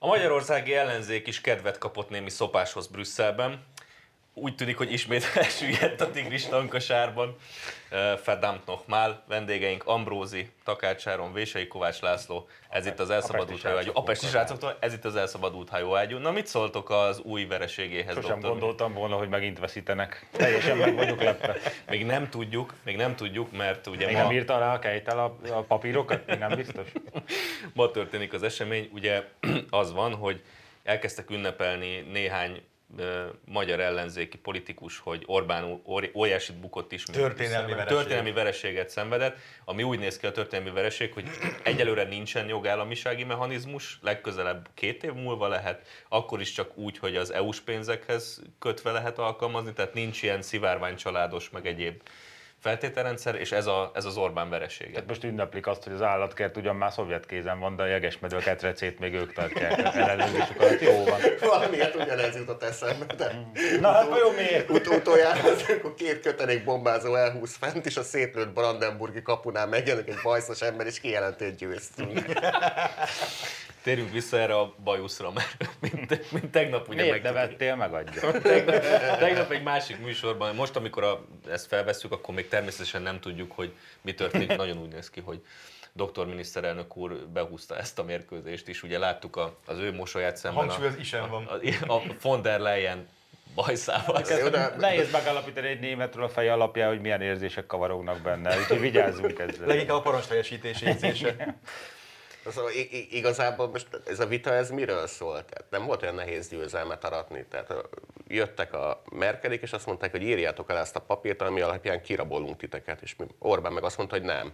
A magyarországi ellenzék is kedvet kapott némi szopáshoz Brüsszelben. Úgy tűnik, hogy ismét elsüllyedt a tigris tankosárban. Verdammt nochmal, vendégeink Ambrózi, Takács Áron, Vései Kovács László, ez itt az elszabadult hajóágyú. A pesti srácoktól, ez itt az elszabadult hajóágyú. Na mit szóltok az új vereségéhez? Sosem gondoltam volna, hogy megint veszítenek. Teljesen meg vagyok lepve. Még nem tudjuk, mert ugye még nem írta rá a Kejtel a papírokat? Még nem biztos? Ma történik az esemény, ugye az van, hogy elkezdtek ünnepelni néhány magyar ellenzéki politikus, hogy Orbán óriásit bukott ismét. Történelmi vereséget szenvedett, ami úgy néz ki a történelmi vereség, hogy egyelőre nincsen jogállamisági mechanizmus, legközelebb 2 év múlva lehet, akkor is csak úgy, hogy az EU-s pénzekhez kötve lehet alkalmazni, tehát nincs ilyen szivárványcsaládos meg egyéb feltételrendszer, és ez az Orbán veresége. Tehát most ünneplik azt, hogy az állatkert ugyan már szovjet kézen van, de a jegesmedve ketrecét még ők tartják ellenőrzésük alatt. Jó van. Valamiért ugyanez jutott eszembe, de na hát vajon miért? Utoljára amikor 2 kötelék bombázó elhúz fent, és a szétlőtt brandenburgi kapunál megjelenik egy bajszos ember, és kijelenti, hogy győztünk. Térjünk vissza erre a bajuszra, mert mint tegnap ugye miért nevettél, megadja? Tegnap egy másik műsorban, most amikor ezt felvesszük, akkor még természetesen nem tudjuk, hogy mi történik. Nagyon úgy néz ki, hogy doktor miniszterelnök úr behúzta ezt a mérkőzést is. Ugye láttuk az ő mosolyát szemben. A hangsúly az isen van. A von der Leyen bajszával. Nehéz megállapítani egy németről a fej alapján, hogy milyen érzések kavarognak benne, úgyhogy vigyázzunk ezzel. Leginkább a parancsteljesítés érzése. Szóval igazából most ez a vita ez miről szólt? Tehát nem volt olyan nehéz győzelmet aratni. Tehát jöttek a Merkelik, és azt mondták, hogy írjátok el ezt a papírt, ami alapján kirabolunk titeket. És Orbán meg azt mondta, hogy nem.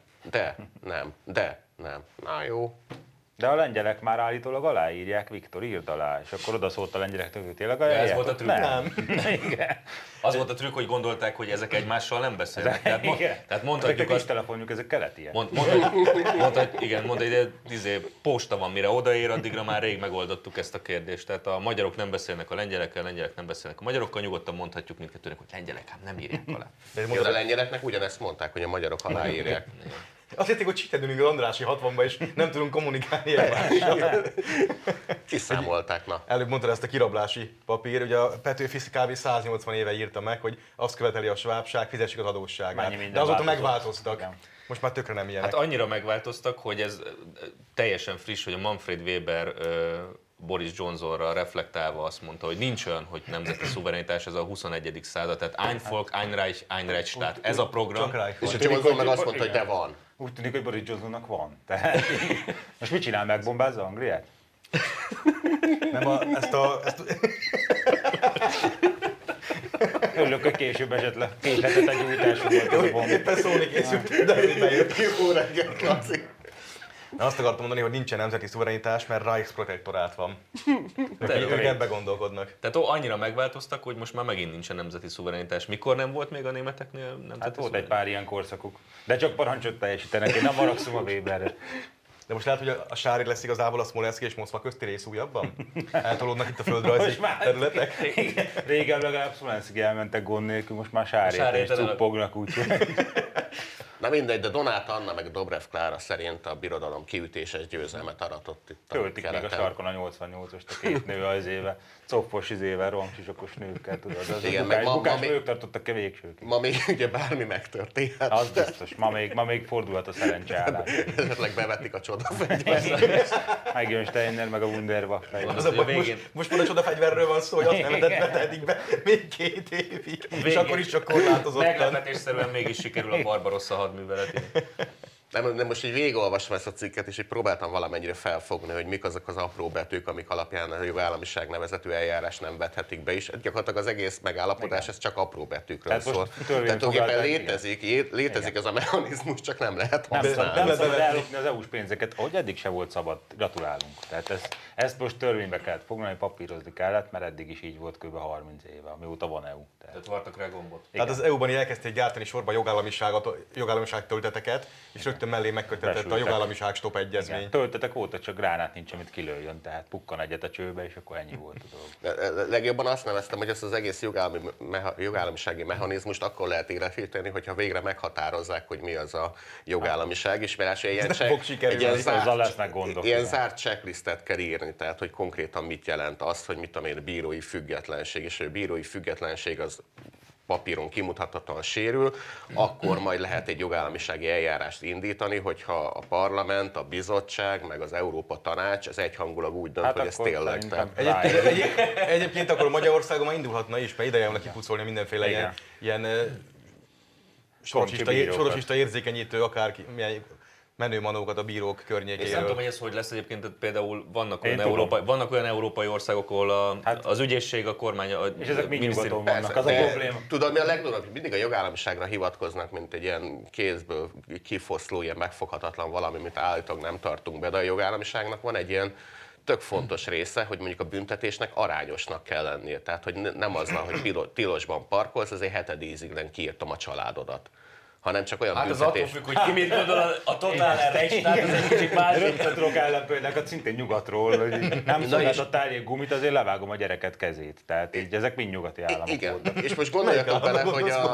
Nem. Na jó. De a lengyelek már állítólag aláírják, Viktor, írd alá, és akkor oda szólt a lengyeleknek, hogy tényleg aláírják. Ez volt a trükk? Nem. Az volt a trükk, hogy gondolták, hogy ezek egymással nem beszélnek. Tehát mondhatjuk azt... telefonjuk, ezek keletiek. Mondhatjuk, posta van, mire odaér, addigra már rég megoldottuk ezt a kérdést. Tehát a magyarok nem beszélnek a lengyelekkel, a lengyelek nem beszélnek a magyarokkal, nyugodtan mondhatjuk mindkettőnek, hogy lengyelek, hát nem írják alá. De a lengyeleknek ugyanezt mondták, hogy a magyarok aláírják. Azt hitték, hogy csitedünk az Andrássy 60-ba, és nem tudunk kommunikálni egymással. Kiszámolták, na. Előbb mondtad ezt a kirablási papír, ugye a Petőfi kb. 180 éve írta meg, hogy azt követeli a svábság, fizessük az adósságát. De azóta megváltoztak. Most már tökre nem ilyenek. Hát annyira megváltoztak, hogy ez teljesen friss, hogy a Manfred Weber Boris Johnsonra reflektálva azt mondta, hogy nincs olyan, hogy nemzeti szuverenitás, ez a 21. század, tehát Ein Volk, Ein Reich, Ein Rechtsstaat, ez a program. És a Johnson meg azt mondta, hogy de van. Úgy tűnik, hogy Boris Johnsonnak van. Tehát, most mit csinál, megbombázza Angliát? Nem Örülök, hogy később esett le. Készletett egy újításunk. Éppen szólni készült, de bejött. Jó reggelt, Laci. Azt akartam mondani, hogy nincsen nemzeti szuverenitás, mert Reichsprotektorát van. Ők ebbe gondolkodnak. Tehát annyira megváltoztak, hogy most már megint nincsen nemzeti szuverenitás. Mikor nem volt még a németeknél nemzeti Hát volt egy pár ilyen korszakuk. De csak parancsot teljesítenek, én nem haragszom a Weberre. De most lehet, hogy a Sári lesz igazából a Smolenszky és Moszkva közti rész újabban? Eltolódnak itt a földrajzi területek? Régen legalább Smolenszky elmentek gond nélkül, most már Sári és cuppognak úgyhogy. Na mindegy, de Donát Anna meg Dobrev Klára szerint a birodalom kiütéses győzelmet aratott itt a töltik keleten. még a sarkon a 88-ost, a 2 nő az éve, coppos izével, romsisokos nőkkel, tudod, az igen, bukás nők tartottak a végsőkig. Ma még ugye bármi megtörténhet. Az biztos, ma még fordulhat a szerencseállás. Esetleg bevetik a csodafegyvert. Megjön Steiner, meg a Wunderwaffe. Most már a csodafegyverről van szó, hogy azt nem vetetik be még 2 évig, és akkor is csak korlátozottan. Meglepetésszerűen mégis sikerül a Barbarossa hadművelet. Nem, most így végigolvasva ezt a cikket, és így próbáltam valamennyire felfogni, hogy mik azok az apró betűk, amik alapján a jogállamiság nevezetű eljárás nem vethetik be is. Gyakorlatilag az egész megállapodás, ez csak apró betűkről szól. Tehát tulajdonképpen létezik ez a mechanizmus, csak nem lehet használni. Nem szabad ellopni az EU-s pénzeket, ahogy eddig se volt szabad. Gratulálunk. Tehát ezt most törvénybe kellett foglalni, papírozni kellett, mert eddig is így volt kb. 30 éve, amióta van EU. Tehát vartak rá gombot. Tehát az EU-ban elkezdték gyártani sorba jogállamiság tölteteket, és rögtön mellé megkötetett a jogállamiság stop egyezmény. Igen. Töltetek óta csak gránát nincs, amit kilőjön, tehát pukkan egyet a csőbe, és akkor ennyi volt a dolog. Legjobban azt neveztem, hogy ezt az egész jogállamisági mechanizmust akkor lehet életíteni, hogyha végre meghatározzák, hogy mi az a jogállamiság, és mert ilyen zárt checklistet kell írni, tehát hogy konkrétan mit jelent az, hogy mit tudom én, bírói függetlenség, és a bírói függetlenség az papíron kimutathatóan sérül, akkor majd lehet egy jogállamisági eljárást indítani, hogyha a parlament, a bizottság, meg az Európa Tanács az egyhangulag úgy dönt, hogy ez tényleg. Egyébként akkor Magyarországon már indulhatna is, mert ideje van kipucolni mindenféle ilyen sorosista érzékenyítő, akárki, menő manókat a bírók környékéről. És nem tudom, hogy ez hogy lesz egyébként, például vannak olyan európai országok, ahol az ügyészség, a kormány, és ezek mind nyugaton vannak, az a probléma. Tudod, mi a legdurvább, hogy mindig a jogállamiságra hivatkoznak, mint egy ilyen kézből kifoszló, ilyen megfoghatatlan valami, amit állítólag nem tartunk be, de a jogállamiságnak van egy ilyen tök fontos része, hogy mondjuk a büntetésnek arányosnak kell lennie. Tehát, hogy nem az van, hogy tilosban parkolsz, azért 7. ízig kiírtam a családodat. Hanem csak olyan büntetés. Az attól függ, hogy ki mit gondol a totál recstát, ez egy kicsit más. Rögtön tudok ellenpéldákat szintén nyugatról, hogy nem szolgáltattál egy gumit, azért levágom a gyereket kezét. Tehát így ezek mind nyugati államok voltak. És most gondoljatok bele,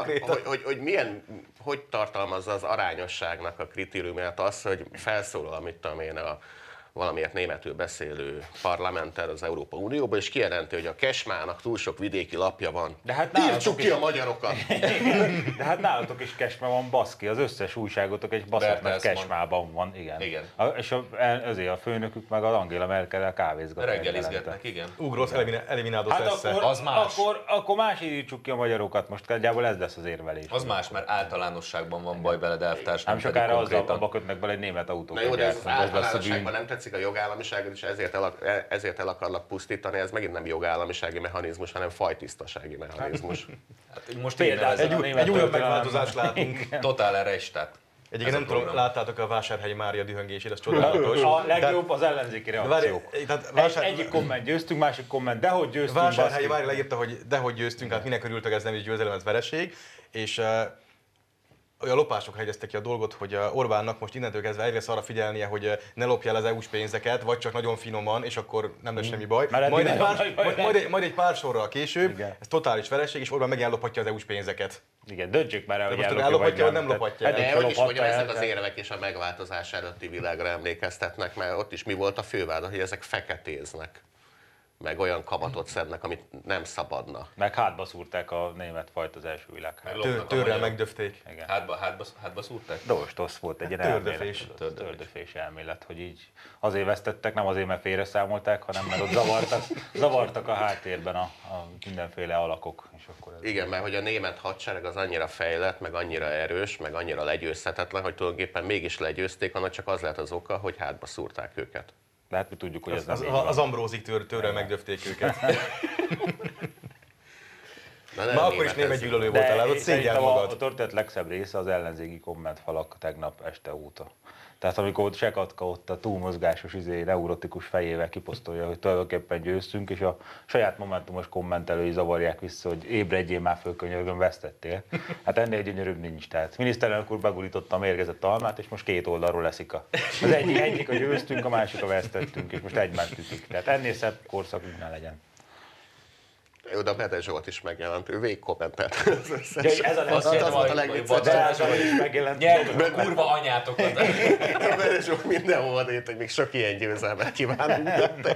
hogy tartalmazza az arányosságnak a kritériumát az, hogy felszólal, amit tudom én, valamiért németül beszélő parlamenter az Európa Unióban, és kijelenti, hogy a Kesmának túl sok vidéki lapja van. De hát írtsuk ki a magyarokat! De hát nálatok is Kesma van, baszki, az összes újságotok egy baszott nagy Kesmában van, igen. És azért a főnökük meg az Angela Merkel-el kávézgatnak. Reggelizgetnek, igen. Ugros, elimináldos lesz. Az más. Akkor más írtsuk ki a magyarokat, most nagyjából ez lesz az érvelés. Az más, mert általánosságban van baj veled, elvtárs. Nem sokára abba kötnek bele egy német autókat. Nem tetszik a jogállamiságot, és ezért el akarlak pusztítani, ez megint nem jogállamisági mechanizmus, hanem fajtisztasági mechanizmus. Hát most például egy újabb megváltozást látunk. Totál recstát. Egyébként nem tudom, láttátok a Vásárhelyi Mária dühöngését, ez csodálatos. A legjobb az ellenzéki reakciók. Egyik komment győztünk, másik komment, dehogy győztünk. Vásárhelyi Mária leírta, hogy dehogy győztünk, hát minek örültek, ez nem is győzelem, ez vereség. És olyan lopások hegyeztek ki a dolgot, hogy Orbánnak most innentől kezdve egyrészt arra figyelnie, hogy ne lopja el az EU-s pénzeket, vagy csak nagyon finoman, és akkor nem lesz semmi baj. Majd egy pár sorral később, igen. Ez totális vereség, és Orbán megint ellophatja az EU-s pénzeket. Igen, döntsük már el, hogy ellophatja, vagy nem lophatja el. De hogy is mondjam, ezek az érvek és a megváltozás előtti világra emlékeztetnek, mert ott is mi volt a fővád, hogy ezek feketéznek. Meg olyan kamatot szednek, amit nem szabadna. Meg hátba szúrták a német fajt az első világháborúban. Törrel megdöfték. Hátba szúrták? Dostos volt egy tördöfés elmélet, hogy így azért vesztettek, nem azért, mert félreszámolták, hanem mert ott zavartak a háttérben a mindenféle alakok. És akkor igen, mert hogy a német hadsereg az annyira fejlett, meg annyira erős, meg annyira legyőzhetetlen, hogy tulajdonképpen mégis legyőzték, annak csak az lehet az oka, hogy hátba szúrták őket. De hát mi tudjuk, hogy ez nem az Ambrózik törrel megdöfték őket. Már akkor is német gyűlölő voltál, ott szégyeld magad. A történet legszebb része az ellenzéki kommentfalak tegnap este óta. Tehát amikor Sekatka ott a túlmozgásos, neurotikus fejével kiposztolja, hogy tulajdonképpen győztünk, és a saját momentumos kommentelői zavarják vissza, hogy ébredjél már föl, könyörgöm, vesztettél. Hát ennél gyönyörűbb nincs. Tehát miniszterelnök úr begurította a mérgezett almát, és most két oldalról leszik az egyik a győztünk, a másik a vesztettünk, és most egymást ütik. Tehát ennél szebb korszakunk ne legyen. Jó, de a Bede Zsolt is megjelent, ő végigkommentelt. Ez a legviccesebb. Nyertük a kurva anyátokat. A Bede Zsolt mindenhol írt, hogy még sok ilyen győzelmet kívánunk.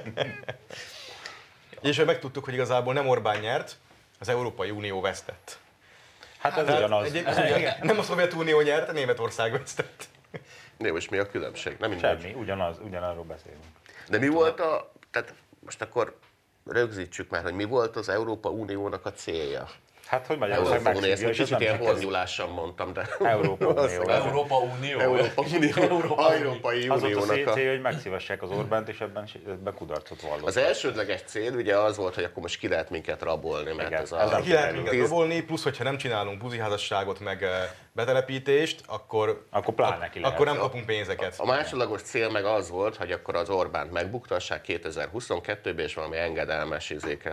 És hogy megtudtuk, hogy igazából nem Orbán nyert, az Európai Unió vesztett. Hát ez ugyanaz. Nem a Szovjetunió nyert, a Németország vesztett. Jó, és mi a különbség? Nem semmi, ugyanarról beszélünk. De mi volt tehát most akkor rögzítsük már, hogy mi volt az Európa Uniónak a célja. Hát, hogy Magyarország megszívja, és ez kicsit ilyen hornyulással mondtam, de... Európai Unió. Európai Az volt Uniónak a célja, hogy megszívessák az Orbánt, és ebben kudarcot vallott. Az elsődleges cél ugye az volt, hogy akkor most ki lehet minket rabolni, mert ki lehet minket rabolni, plusz hogyha nem csinálunk buziházasságot, meg betelepítést, akkor pláne ki lehet. Akkor nem kapunk pénzeket. A másodlagos cél meg az volt, hogy akkor az Orbánt megbuktassák 2022-ben, és valami engedelmes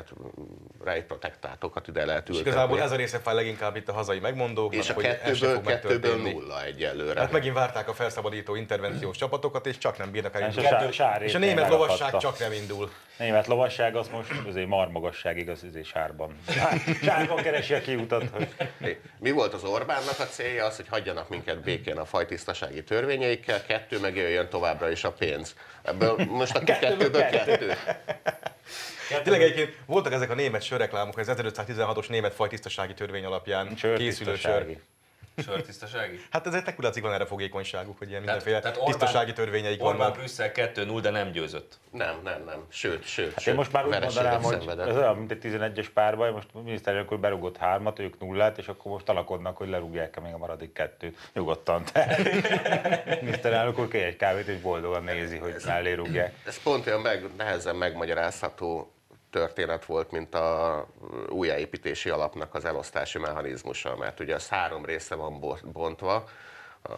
rejtprotektátokat ide lehet ültetni. És igazából ez a része fáj leginkább itt a hazai megmondóknak, és a hogy ez sem fog kettőből megtörténni. nulla egyelőre. Hát megint várták a felszabadító intervenciós csapatokat, és csak nem bírnak elindulni. És a német megadhatta. lovasság csak nem indul. A német lovasság az most azért marmagasságig az sárban. Sárban keresi a kiutat. Mi volt az Orbánnak a célja? Az, hogy hagyjanak minket békén a fajtisztasági törvényeikkel, 2 meg jöjjön továbbra is a pénz. Ebből most a kettőből 2. Tényleg egyébként voltak ezek a német sörreklámok, az 1516-os német fajtisztasági törvény alapján készülő sör. Sörtisztasági? Hát ez egy tekulacig van erre fogékonyságuk, hogy ilyen mindenféle tisztasági törvényeik vannak. Orbán Brüsszel 2-0, de nem győzött. Nem. Sőt. Hát én most már úgy mondanám, hogy szenvedett. ez olyan, mint egy 11-es párbaj, most a miniszterelnök úr berúgott 3-at, ők 0-át, és akkor most talakodnak, hogy lerúgják-e még a maradék 2-t. Nyugodtan. Miniszterelnök úr kér egy kávét, és boldogan nézi, hogy mellé rúgják. Ez pont olyan nehezen megmagyarázható történet volt, mint a újjáépítési alapnak az elosztási mechanizmusa, mert ugye az 3 része van bontva, a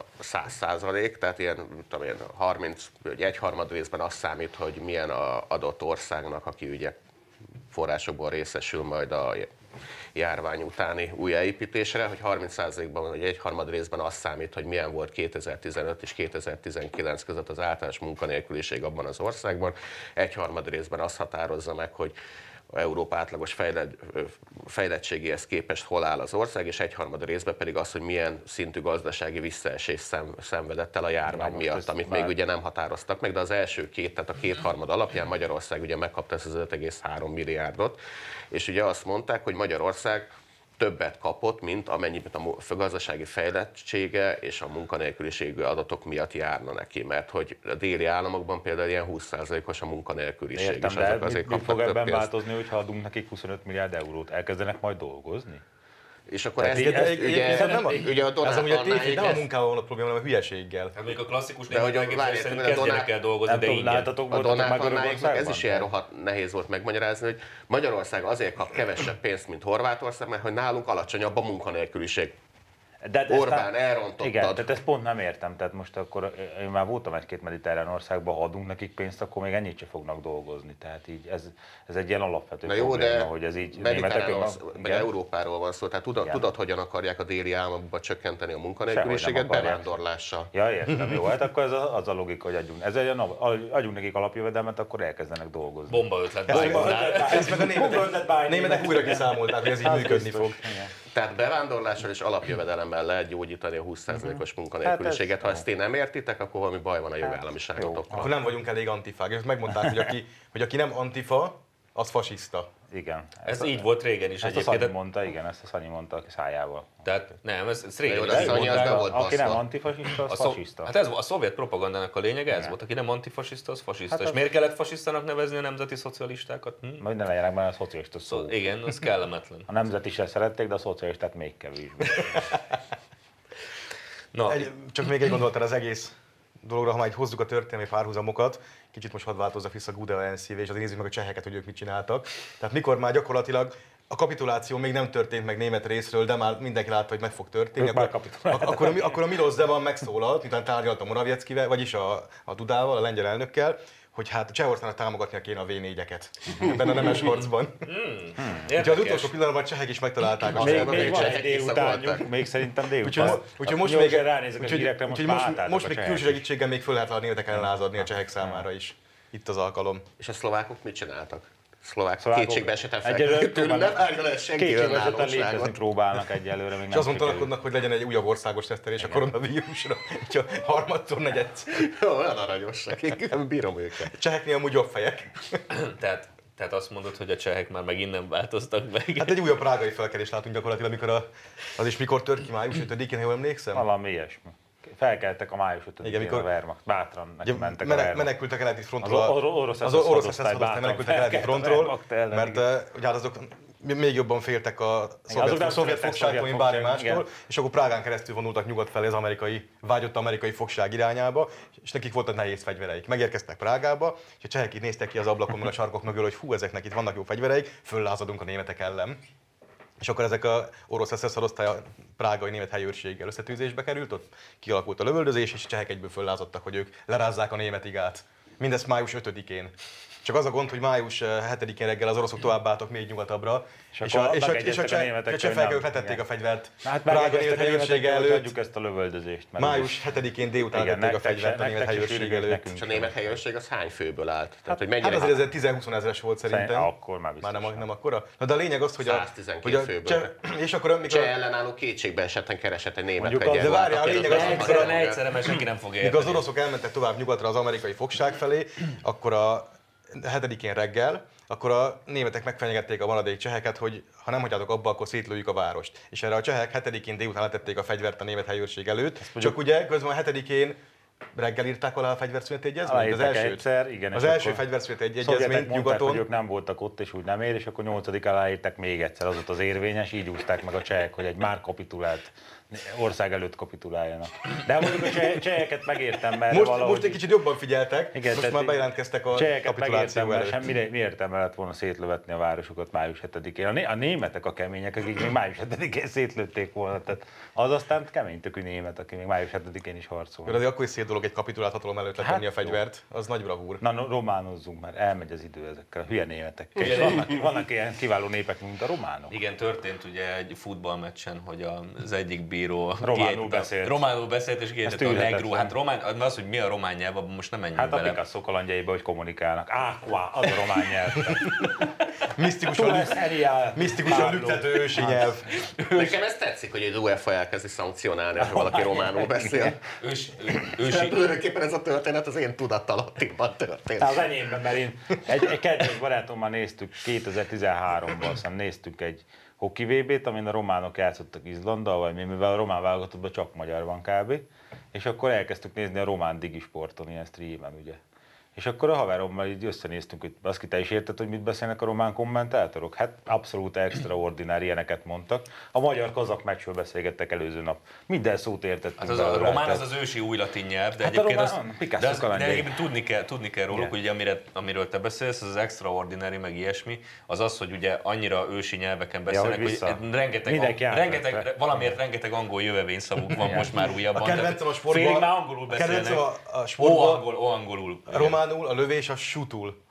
100%, tehát ilyen, tudom én, 30 vagy 1/3 részben az számít, hogy milyen az adott országnak, aki ugye forrásokból részesül majd a járvány utáni újjáépítésre, hogy 30%-ban vagy 1/3 részben az számít, hogy milyen volt 2015 és 2019 között az általános munkanélküliség abban az országban. 1/3 részben azt határozza meg, hogy Európa átlagos fejlettségéhez képest hol áll az ország, és 1/3 részben pedig az, hogy milyen szintű gazdasági visszaesés szenvedett el a járvány miatt, amit még ugye nem határoztak meg, de az első 2, tehát a 2/3 alapján Magyarország ugye megkapta ezt az 5,3 milliárdot, és ugye azt mondták, hogy Magyarország többet kapott, mint amennyit a gazdasági fejlettsége és a munkanélküliségi adatok miatt járna neki, mert hogy a déli államokban például ilyen 20%-os a munkanélküliség. Értem, és de azok azért mi fog ebben pénzt. változni, hogyha adunk nekik 25 milliárd eurót? Elkezdenek majd dolgozni? És akkor Tehát ugye a Ez amúgy a Donát nem a munkával van a probléma, hanem a hülyeséggel. Hát még a klasszikus De hogy német megépítés szerint kezdjenek el dolgozni, de ingyen. Láthatok, a voltatok meg Donát ez is ilyen Görögországban? rohadt nehéz volt megmagyarázni, hogy Magyarország azért kap kevesebb pénzt, mint Horvátország, mert hogy nálunk alacsonyabb a munkanélküliség. De Orbán, elrontottad. Igen, tehát ezt pont nem értem. Tehát most akkor én már voltam 1-2 mediterrán országban, ha adunk nekik pénzt, akkor még ennyit se fognak dolgozni. Tehát így ez egy ilyen alapvető probléma, hogy ez így meg Európáról van szó. Tehát tudod, hogyan akarják a déli államokban csökkenteni a munkanélküliséget? Bevándorlással. Ja, értem, jó. Hát akkor ez az a logika, hogy adjunk nekik alapjövedelmet, akkor elkezdenek dolgozni. Bomba ötlet. Ezt meg a németek újra kiszámolták, hogy ez így működni fog. Tehát bevándorlással és alapjövedelemmel lehet gyógyítani a 20%-os munkanélküliséget. Ha ezt én nem értitek, akkor valami baj van a jogállamiságotokkal. Akkor nem vagyunk elég antifák. És megmondták, hogy aki nem antifa, az fasiszta. Igen. Ez így volt régen is ezt egyébként. Ezt a Sanyi mondta a szájával. Tehát nem, ez régen is Sanyi az be volt aki nem baszva. antifasiszta, az fasiszta. Hát ez a szovjet propagandának a lényege, ez volt, aki nem antifasiszta, az fasiszta. Hát és miért kellett fasisztának nevezni a nemzeti szocialistákat? Majd ne legyenek benne a szocialista szó. Igen, az kellemetlen. A nemzeti se szerették, de a szocialistát még kevésbé. Csak még egy gondolat az egész dologra, ha már így hozzuk a történelmi párhuzamokat, kicsit most hadd változzak vissza Gudea NCV, és azért nézzük meg a cseheket, hogy ők mit csináltak. Tehát mikor már gyakorlatilag a kapituláció még nem történt meg német részről, de már mindenki látta, hogy meg fog történni. Akkor a Miloš Zeman megszólalt, miután tárgyalt a Morawieckivel, vagyis a Dudával, a lengyel elnökkel, hogy hát Csehországnak támogatnia kéne a V4-eket ebben a nemes harcban. Úgyhogy az utolsó pillanatban a csehek is megtalálták a Még van egy délutánjuk, még szerintem délután. Úgyhogy most még külső segítséggel még föl lehet a németek ellen lázadni a csehek számára is. Itt az alkalom. És a szlovákok mit csináltak? Szlovákok kétségbe esetten tőlünk, nem állja le senki kétségbe esetten létezni próbálnak egyelőre, még és azon talakodnak, hogy legyen egy újabb országos tesztelés a koronavírusra, hogyha harmadszor, negyedszer. Olyan aranyosak, én bírom őket. Cseheknél amúgy jobb fejek. Tehát azt mondod, hogy a csehek már megint nem változtak meg. Hát egy újabb prágai felkelést látunk gyakorlatilag, amikor az is mikor tört ki, május 5-én, ha jól emlékszem? Valami ilyesmi. Felkeltek a május 5-én a Wehrmacht, bátran mentek a Wehrmacht. Menekültek a keleti frontról. Az orosz SS menekültek a keleti frontról, mert ugye hát azok még jobban féltek a szovjet fogságtól, mint bármi mástól, és akkor Prágán keresztül vonultak nyugat felé az vágyott amerikai fogság irányába, és nekik voltak nehéz fegyvereik. Megérkeztek Prágába, és a csehek így néztek ki az ablakon, meg a sarkok mögül, hogy hú, ezeknek itt vannak jó fegyvereik, föllázadunk a németek ellen. És akkor ezek a orosz SS osztály a prágai német helyőrséggel összetűzésbe került, ott kialakult a lövöldözés, és a csehek egyből föllázadtak, hogy ők lerázzák a német igát. Mindezt május 5-én. Csak az a gond, hogy május 7-én reggel az oroszok továbbálltak még nyugatabbra, és a csehek letették a fegyvert. Hát Prága német helyőrsége előtt. Adjuk ezt a lövöldözést. Május 7-én délután tették a fegyvert a német helyőrség előtt. És a német helyőrség az hány főből állt? Tehát, hogy mennyire... Hát azért 10-20 ezeres volt szerintem. Akkor már biztos. Már nem akkora? Na de a lényeg az, hogy 112 főből. És akkor amikor... Cseh ellenálló kétségbe esetten keresett egy német fegyvert. De várjál, a lényeg az, hogy egyszerre, mert senki nem fog érteni. Mikor az oroszok elmentek tovább nyugatra az amerikai fogság felé, akkor a 7-én reggel, akkor a németek megfenyegették a maradék cseheket, hogy ha nem hagyjátok abba, akkor szétlőjük a várost. És erre a csehek 7-én délután letették a fegyvert a német helyőrség előtt, csak ugye közben a 7-én reggel írták alá a fegyverszüneti egyezményt? Az elsőt? Igen, az első fegyverszüneti egyezményt nyugaton. Hogy ők nem voltak ott, és úgy nem ér, és akkor 8-án aláírták még egyszer, az ott az érvényes, így úszták meg a csehek, hogy egy már kapitulált ország előtt kapituláljanak. De mondjuk a cseheket megértem, mert most egy kicsit jobban figyeltek, igen, most már bejelentkeztek a kapituláció előtt. Mi értelme lett volna szétlövetni a városokat május 7-én. A németek a kemények, akik még május 7-én szétlőtték volna. Tehát az aztán keménytökű német, aki még május 7-én is harcol. Azért akkor is szép dolog egy kapitulált hatalom előtt letenni a fegyvert, az nagy bravúr. Na, románozzunk, mert elmegy az idő ezekkel a hülye németekkel. És vannak ilyen kiváló népek, mint a románok. Igen, történt ugye egy futballmeccsen, hogy az egyik bíró románul beszélt, és kiejtette a negro. Hát az, hogy mi a román nyelv, abban most nem menjünk bele. Hát a Picasso kalandjaiba, hogy kommunikálnak. Az a román nyelv. Misztikusan lüktető ősi nyelv. Nekem ez tetszik, hogy egy UEFA elkezdi szankcionálni, ha valaki románul beszél. Tulajdonképpen ez a történet az én tudatalattimban történt. Az enyémben, mert én egy kedves barátommal néztük 2013-ban, aztán néztük egy hoki VB-t, amin a románok játszottak Izlanddal, vagy mi, mivel a román válogatottban csak magyar van kb. És akkor elkezdtük nézni a román digisporton, ilyen streamen, ugye. És akkor a haverommal így összenéztünk, hogy azt te is érted, hogy mit beszélnek a román kommentátorok? Hát abszolút extraordinári ilyeneket mondtak. A magyar-kazak meccsről beszélgettek előző nap. Minden szót értettünk. Hát a román az az ősi új latin nyelv, de egyébként tudni kell róluk, hogy amiről te beszélsz, az extraordinári, meg ilyesmi, az az, hogy ugye annyira ősi nyelveken beszélnek, hogy valamiért rengeteg angol jövevényszavuk van most már újabban. A kedvencem a sportban. Félig már angolul beszélnek. A sportban. Angolul. Románul a lövés a sutul.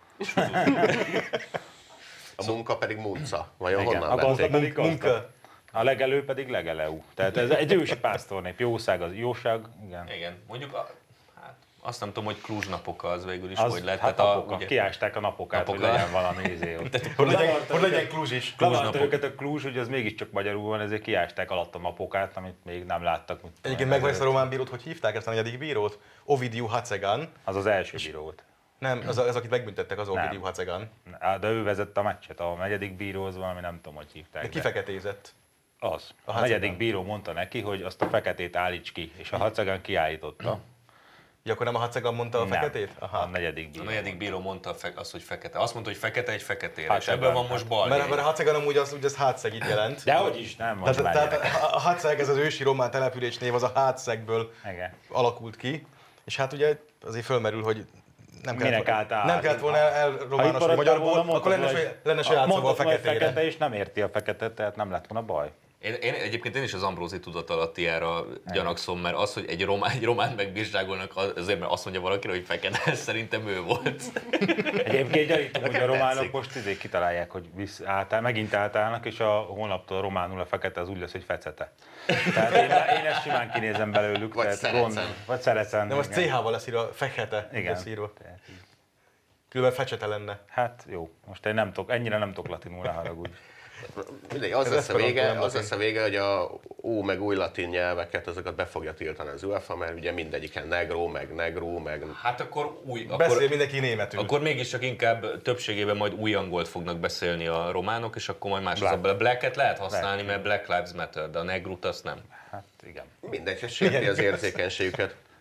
A munka pedig munca. Vajon igen, honnan vették? Munka. A legelő pedig legeleu. Tehát ez egy ősi pásztornép. Jószág az jóság. Igen. Mondjuk azt nem tudom, hogy Kluzs napoka az végül is hogy lett. Hát ugye, kiásták a napokát, hogy legyen valami hogy legyen Kluzs is. Őket a Kluzs, hogy az mégiscsak magyarul van, ezért kiásták alatt a napokát, amit még nem láttak. Egyébként megvan ezt a román bírót, hogy hívták ezt a negyedik bírót? Ovidiu Hacegan. Az az első bíró volt. Nem, az akit megbüntettek, az Ovidiu Hacegan. De ő vezette a meccset, a negyedik bíró az valami, nem tudom, hogy hívták. De ki feketézett? Az. A negyedik bíró mondta neki, hogy azt a feketét állíts ki, és a Hacegan kiállította. Ja, akkor nem a Hacegan mondta a feketét? Aha. A negyedik bíró. A negyedik bíró mondta azt, hogy fekete. Azt mondta, hogy fekete egy feketére, és ebből van most bal. Mert a Hacegan amúgy az hátszegit jelent. Dehogy is, nem. Tehát a Hátszeg, ez az ősi román település név, az a Hátszegből alakult ki. És hát ugye azért fölmerül, hogy nem kellett volna elrománosodni magyarból, akkor lenne saját szava a feketére. Fekete, és nem érti a feketet, tehát nem lett volna baj. Egyébként én is az Ambrózi tudatalattiára gyanakszom, mert az, hogy egy román megbírságolnak azért, mert azt mondja valakire, hogy fekete, szerintem ő volt. Egyébként gyanítom, hogy a románok most kitalálják, hogy megint átállnak, és a holnaptól románul a fekete az úgy lesz, hogy fecete. Tehát én ezt simán kinézem belőlük. Vagy Szeretem. De most CH-val lesz írva, fekete. Igen. Lesz írva. Különben fecsete lenne. Hát jó, most én ennyire nem tudok latinul, ne haragudj. Mindegy, az lesz a vége, hogy a meg új latin nyelveket, azokat be fogja tiltani az UEFA, mert ugye mindegyiken negro, meg... Hát akkor beszél mindenki németül. Akkor mégiscsak inkább többségében majd új angolt fognak beszélni a románok, és akkor majd más. A blacket lehet használni, mert Black Lives Matter, de a negrut azt nem. Hát igen. Mindegy, hogy sérti az érzékenységüket.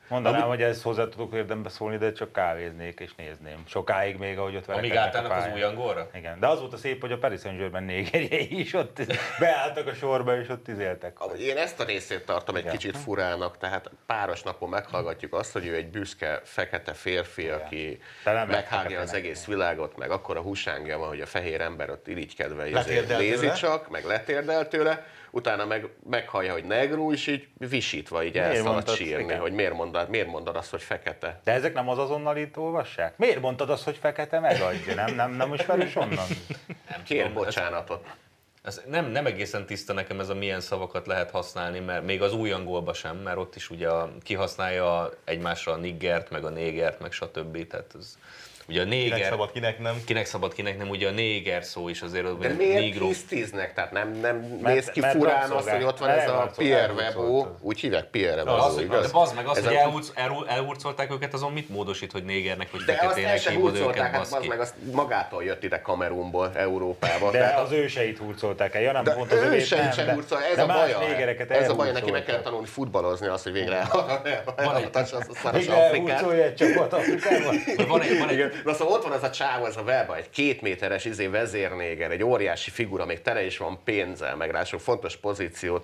Mondanám, hogy ezt hozzá tudok érdembe szólni, de csak kávéznék és nézném. Sokáig még, ahogy ott amíg átállnak az új angolra? Igen, de az volt a szép, hogy a Paris Saint-Germain négerjei is ott beálltak a sorba, és ott izéltek. Én ezt a részét tartom egy kicsit furának, tehát páros napon meghallgatjuk azt, hogy ő egy büszke, fekete férfi, aki meghágja az egész világot, meg akkor a húsángja van, hogy a fehér ember ott irigykedve nézi csak, meg letérdel tőle, utána meghallja, hogy negró, és így visítva így elszalad sírni, hogy miért mondod azt, hogy fekete. De ezek nem az azonnalit olvassák? Miért mondtad azt, hogy fekete megadja? Nem ismerős onnan? Kér bocsánatot. Ez nem egészen tiszta nekem ez a milyen szavakat lehet használni, mert még az új angolba sem, mert ott is ugye kihasználja egymásra a niggert, meg a négert, meg stb. Tehát ez, ugye a néger, kinek szabad, kinek nem, ugye a néger szó is azért. De miért hisztiznek? Tehát nem néz ki furán az, hogy ott van ez a Pierre Webo, úgy hívják Pierre Webo, igaz? De bazd meg azt, hogy elhurcolták őket, azon mit módosít, hogy négernek vagy feketének hívod őket, baszki? Meg azt magától jött ide Kamerunból, Európába. De az őseit hurcolták el, ja nem pont az őseit sem hurcolták, ez a baja. Ez a baja, neki meg kell tanulni futballozni azt, hogy végre elhatatás az a szaros Afrikát. Hurcolja egy csapat Afrikában. Na szóval ott van ez a csávó, ez a Weba, egy 2 méteres vezérnéger, egy óriási figura, még tele is van pénzzel, meg ráadásul fontos pozíciót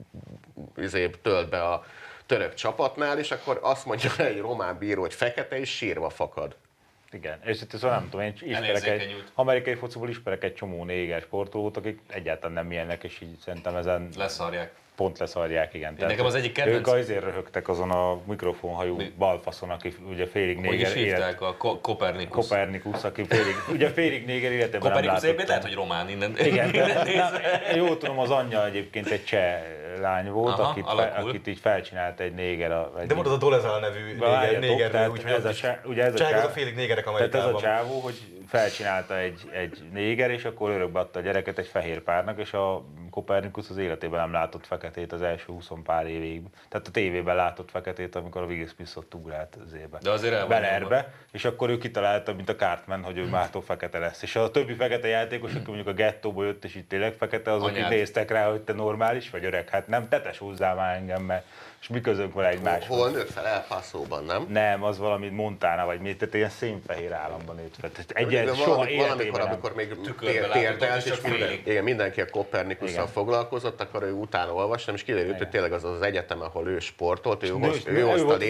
tölt be a török csapatnál, és akkor azt mondja egy román bíró, hogy fekete, és sírva fakad. Igen, és itt szóval nem tudom, én amerikai fociból ismerek egy csomó néger sportolót, akik egyáltalán nem ilyenek, és így szerintem ezen leszarják. Pont leszarják, igen. Nekem az egyik kedvenc... Ők azért röhögtek azon a mikrofonhajú balfaszon, aki ugye félig néger. Hogy is hívták a Kopernikus, aki félig néger életében nem Kopernikus éppen lehet, hogy román innen. Igen, jól tudom, az anyja egyébként egy cseh lány volt, akit így felcsinált egy néger. De volt az a Dolezal nevű néger, úgyhogy ez a félig négerek Amerikában. Tehát ez a csávó, hogy felcsinálta egy néger, és akkor örökbe adta a gyereket egy fehér párnak, és a Kopernikus az életében nem látott feketét az első 20 pár évig. Tehát a tévében látott feketét, amikor a Will Smith ott ugrált az ébe. De azért Belerbe, és akkor ő kitalálta, mint a Cartman, hogy ő mától fekete lesz. És a többi fekete játékos, aki mondjuk a gettóból jött, és itt tényleg fekete, azok így néztek rá, hogy te normális vagy öreg. Hát nem, tetes hozzá már engem, mert és mi közünk van egymáshoz. Hol nőtt fel? El Paso-ban, nem? Nem, az valami Montana vagy mi, tehát ilyen szénfehér államban nőtt fel. Soha amikor még térdelt, és mindenki a Kopernikusszal foglalkozott, akkor ő utána olvastam, és kiderült, hogy tényleg az az egyetem, ahol ő sportolt, ő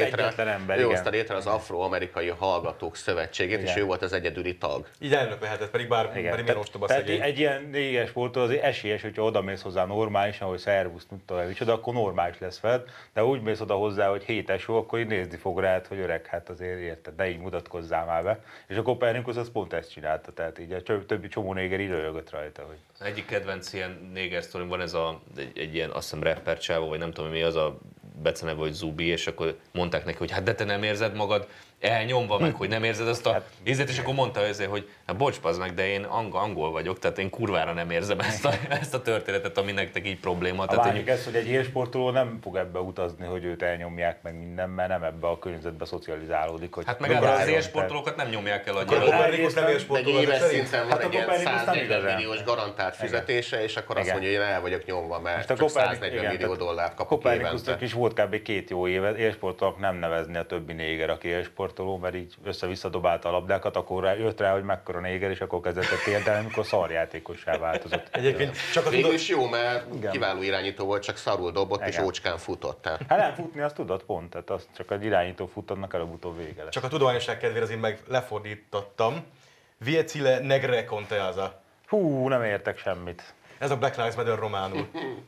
hozta létre az Afro-amerikai Hallgatók Szövetségét, és ő volt az egyedüli tag. Így elnök lehetett, pedig bár milyen ostoba szegény. Egy ilyen néger sportol azért esélyes, hogyha odamész hozzá normálisan, hogy szervusz, akkor normális lesz veled. De úgy mész oda hozzá, hogy 7 eső, akkor így nézni fog rád, hogy öreg, hát azért érted, ne így mutatkozzál már be. És a Kopernikus az pont ezt csinálta, tehát így a többi csomó néger így röhögött rajta. Hogy... Egyik kedvenc ilyen néger sztorim van, ez egy ilyen, azt hiszem rapper csávó, vagy nem tudom mi az a beceneve, hogy Zubi, és akkor mondták neki, hogy hát de te nem érzed magad elnyomva meg, hogy nem érzed azt a ízét, és akkor mondta azért, hogy hát bocs, bazd meg, de én angol vagyok, tehát én kurvára nem érzem ezt a történetet, ami nektek így probléma. A másik ez, hogy egy élsportoló nem fog ebbe utazni, hogy őt elnyomják meg minden, mert nem ebbe a környezetbe szocializálódik. Hogy hát meg az élsportolókat nem nyomják el annyira. Meg éves szinten van egy ilyen 140 milliós garantált fizetése, és akkor azt mondja, hogy én el vagyok nyomva, mert csak 140 millió dollárt kapok évente. Kopernikusnak is volt kb. 2 jó éve, élsportolók nem nevezni a többi néger, aki élsportoló, mert így össze-vissza dobálta a labdákat, akkor jött rá, hogy mekkora néger, és akkor kezdett térdelni, amikor szarjátékossá változott. Egyébként csak a végül is jó, mert kiváló irányító volt, csak szarul dobott, és ócskán futott. Hát nem futni, azt tudod pont, tehát azt csak egy irányító futodnak, előbb-utóbb vége lesz. Csak a tudományosság kedvére azért meg lefordítottam. Viecile negre conteaza. Hú, nem értek semmit. Ez a Black Lives Matter románul.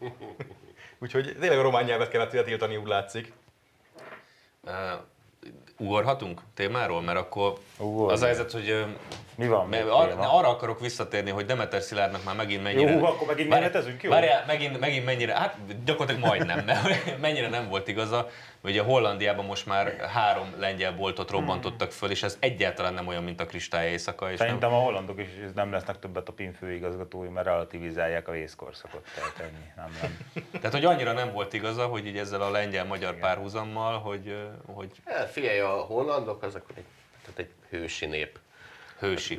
Úgyhogy tényleg a román nyelvet kellett tiltani, úgy látszik. Ugorhatunk témáról, mert akkor az a helyzet, hogy mi van? Arra akarok visszatérni, hogy Demeter Szilárdnak már megint mennyire... Jó, akkor megint németezünk, jó? Várjál, megint mennyire, hát gyakorlatilag majdnem, mert mennyire nem volt igaza, hogy a Hollandiában most már 3 lengyel boltot robbantottak föl, és ez egyáltalán nem olyan, mint a kristály éjszaka. Szerintem a hollandok is nem lesznek többet a PIN főigazgatói, mert relativizálják a vészkorszakot. Tehát ennyi, nem. Tehát, hogy annyira nem volt igaza, hogy így ezzel a lengyel-magyar párhuzammal, hogy... Figyelj, a hollandok azok egy hősi nép. Hősi.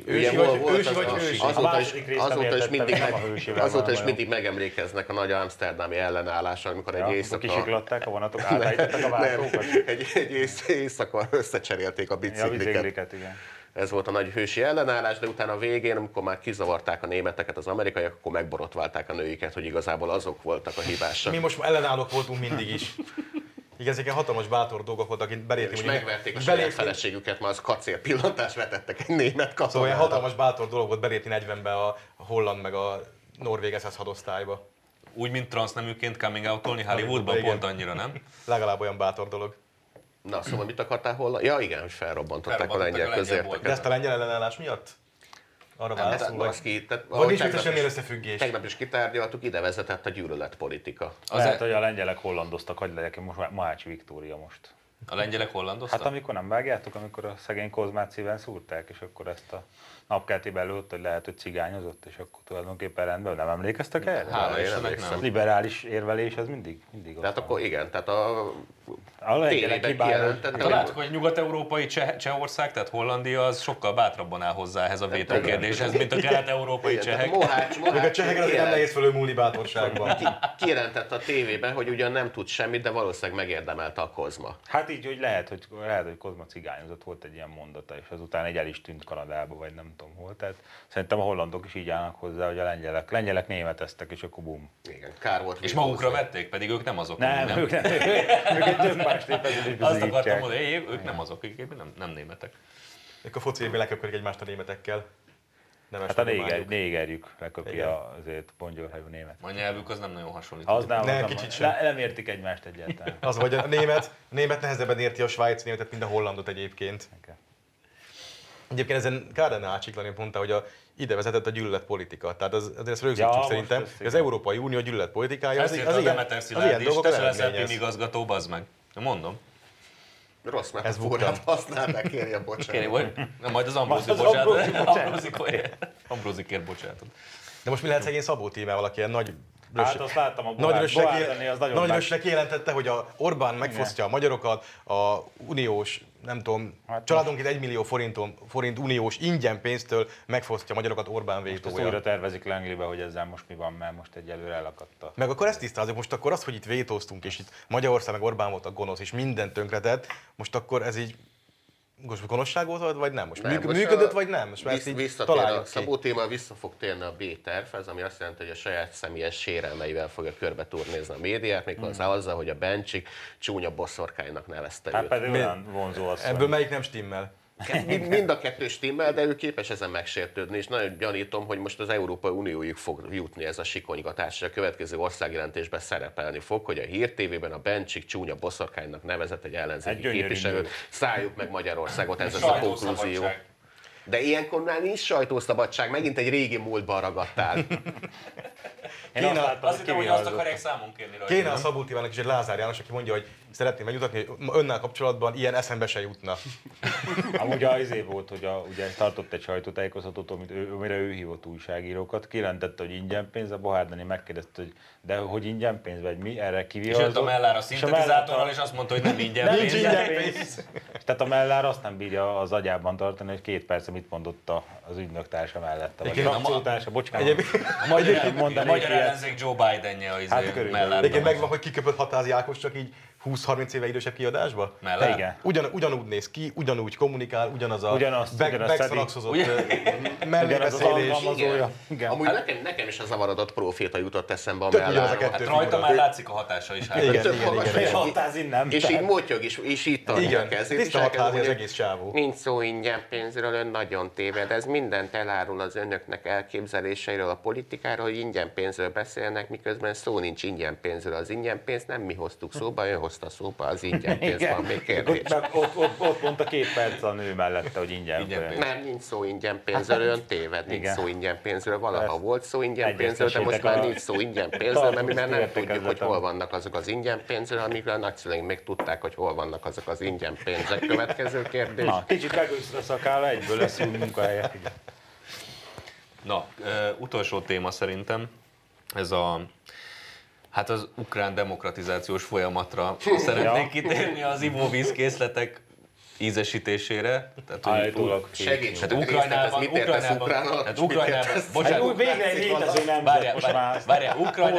Azóta is mindig megemlékeznek a nagy amszterdami ellenállásra, amikor egy éjszaka... Kisiklatták a vonatok, átállítottak a várókat. Egy éjszaka összecserélték a bicikliket. Igen. Ez volt a nagy hősi ellenállás, de utána a végén, amikor már kizavarták a németeket, az amerikaiak, akkor megborotválták a nőiket, hogy igazából azok voltak a hibásak. Mi most ellenállók voltunk mindig is. Igen, ezek ilyen hatalmas bátor dolgok voltak, akik beléptünk. És megverték a saját feleségüket, már az kacér pillantást vetettek egy német katonára. Szóval ilyen hatalmas bátor dolog volt belépni 40-be a holland meg a norvég SS hadosztályba. Úgy, mint transzneműként coming out-olni Hollywoodban, pont annyira, nem? Legalább olyan bátor dolog. Na, szóval mit akartál holland? Ja igen, hogy felrobbantották a lengyel közérteket. De ezt a lengyel ellenállás miatt? Arra válaszol, vagy nincs mit semmi összefüggés. Tegnap is kitárgyaltuk, ide vezetett a gyűlöletpolitika. Lehet, hogy a lengyelek hollandoztak, hogy legyek most Mohácsi Viktória most. A lengyelek hollandoztak? Hát amikor nem vágjátok, amikor a szegény Kozmát szíven szúrták, és akkor ezt a napkeltébe előtt, hogy lehet, hogy cigányozott, és akkor tulajdonképpen rendben, nem emlékeztek erre? Hála Istennek nem. Liberális érvelés, az mindig tehát akkor igen, tehát a tévében kijelentett. Látjuk, hogy nyugat-európai Csehország, tehát Hollandia, az sokkal bátrabban áll hozzá ehhez a vétó kérdéshez, mint a kelet-európai csehek. Még a csehek azért nem nehéz fölülmúlni bátorságban. Kijelentett a tévében, hogy ugyan nem tud semmit, de valószínűleg megérdemelte a Kozma. Hát így, hogy lehet, hogy Kozma cigányozott, volt egy ilyen mondata, és azután egy el is tűnt Kanadába, vagy nem tudom hol. Tehát szerintem a hollandok is így állnak hozzá, hogy a lengyelek németeztek, és akkor bum. Igen, kár volt. És magukra vették, pedig ők nem azok. Nem, ők nem. Ők egy több más népeződés azt akartam mondani, ők nem azok, nem németek. Ők a fociében leköpködik egymást a németekkel. Hát a négerjük leköpi azért pongyolhajú német. A nyelvük az nem nagyon hasonlít. Az nem, kicsit sem. Nem értik egymást egyáltalán. Az vagy a német nehezebben érti a svájci németet, mint a hollandot egyébként. Okay. Egyébként ezen kár lenne átsiklani, mondta, hogy ide vezetett a gyűlöletpolitika. Tehát ezt rögzítsük szerintem, hogy az Európai Unió gyűlöletpolitikája az ilyen dolgok az eredményez. Igazgató, bazd meg. Mondom. Rossz metaforát használták, kérje bocsánatot. Majd az Ambrózikért bocsánatot. De most mi lehet szegény Szabó témával, aki ilyen nagy Hát azt láttam, a Nagy Rössnek kijelentette, hogy a Orbán megfosztja a magyarokat, a uniós, nem tudom, családonként 1 millió forint uniós ingyen pénztől megfosztja a magyarokat Orbán vétója. Most újra tervezik Langlibe, hogy ezzel most mi van, mert most egyelőre elakadta. Meg akkor ezt tisztázunk, most akkor az, hogy itt vétóztunk, és itt Magyarország meg Orbán volt a gonosz, és mindent tönkretett, most akkor ez így most gonoszság volt, vagy nem? Most működött, vagy nem? Most visszatér a Szabó téma, vissza fog térni a B-terv, ez ami azt jelenti, hogy a saját személyes sérelmeivel fogja körbe turnézni a médiát, méghozzá azzal, hogy a Bencsik csúnya boszorkánynak nevezte őt. Hát pedig olyan vonzó asszony. Ebből melyik nem stimmel? Mind a kettő stimmel, de ő képes ezen megsértődni, és nagyon gyanítom, hogy most az Európai Unióig fog jutni ez a sikonygatás, és a következő országjelentésben szerepelni fog, hogy a Hír TV-ben a Bencsik csúnya boszorkánynak nevezett egy ellenzéki képviselőt. Szálljuk meg Magyarországot, ez a konklúzió. De ilyenkor már nincs sajtószabadság, megint egy régi múltban ragadtál. Azt hittem, hogy azt akarják számon kérni rajta. Kéne a Szabó Tivának is egy Lázár János, aki mondja, hogy szeretném megjutatni, hogy önnel kapcsolatban ilyen eszembe se jutna. Amúgy az volt, hogy ugye tartott egy sajtótájékoztatót, amire ő hívott újságírókat, kijelentette, hogy ingyen pénz, a Bohár Dani megkérdezte, hogy de hogy ingyen pénz, vagy mi, erre kivihazott. És jött a Mellár a szintetizátorral, és azt mondta, hogy nem ingyen pénz. Ingyen pénz. Tehát a Mellár azt nem bírja az agyában tartani, hogy 2 perc mit mondott az ügynöktársa mellette. Vagy frakciótársa, bocsánat. A magyar ellenzék Joe Biden-je a Mellár. Egyébként megvan, hogy kiköpött Hatázi Ákos csak így 20-30 éve idősebb kiadásba? Mellár? Igen. Ugyanúgy néz ki, ugyanúgy kommunikál, ugyanaz a megszalagszozott mellébeszélés. Amúgy nekem is a zavarodott proféta jutott eszembe a Melláról. Hát rajta már látszik a hatása is. Igen. És így motyog, és így tartja a kezét. Tiszta Hatázi az egész csávó. Nincs szó ingyen pénzről, ön nagyon téved. Ez mindent elárul az önöknek elképzeléseiről, a politikáról, hogy ingyen pénzről beszélnek, miközben szó nincs ingyen pénzről. Az ingyen pénzt nem mi hoztuk szóba, ön hozta szóba, az ingyen pénz van még kérdés. Ott mondta 2 perc a nő mellette, hogy ingyen pénz. Nem, nincs szó ingyen pénzről, ön téved, nincs szó ingyen pénzről. Valaha volt szó ingyen pénzről, de most már nincs szó ingyen pénzről, mert mi már nem tudjuk, hogy hol vannak azok az ingyen pénzről, amikről a nagyszüleink még tudták, hogy hol vannak azok az ingyen pénzek. Következő kérdés. Na, kicsit megőszre szakálla, egyből lesz úgy munkahelyek. Na, utolsó téma szerintem, ez az ukrán demokratizációs folyamatra szeretnék kitérni az ivóvízkészletek ízesítésére. Állítólag segíts, hát Ukrajnában, bocsánat, végre egy létező nemzet most már. Várjál,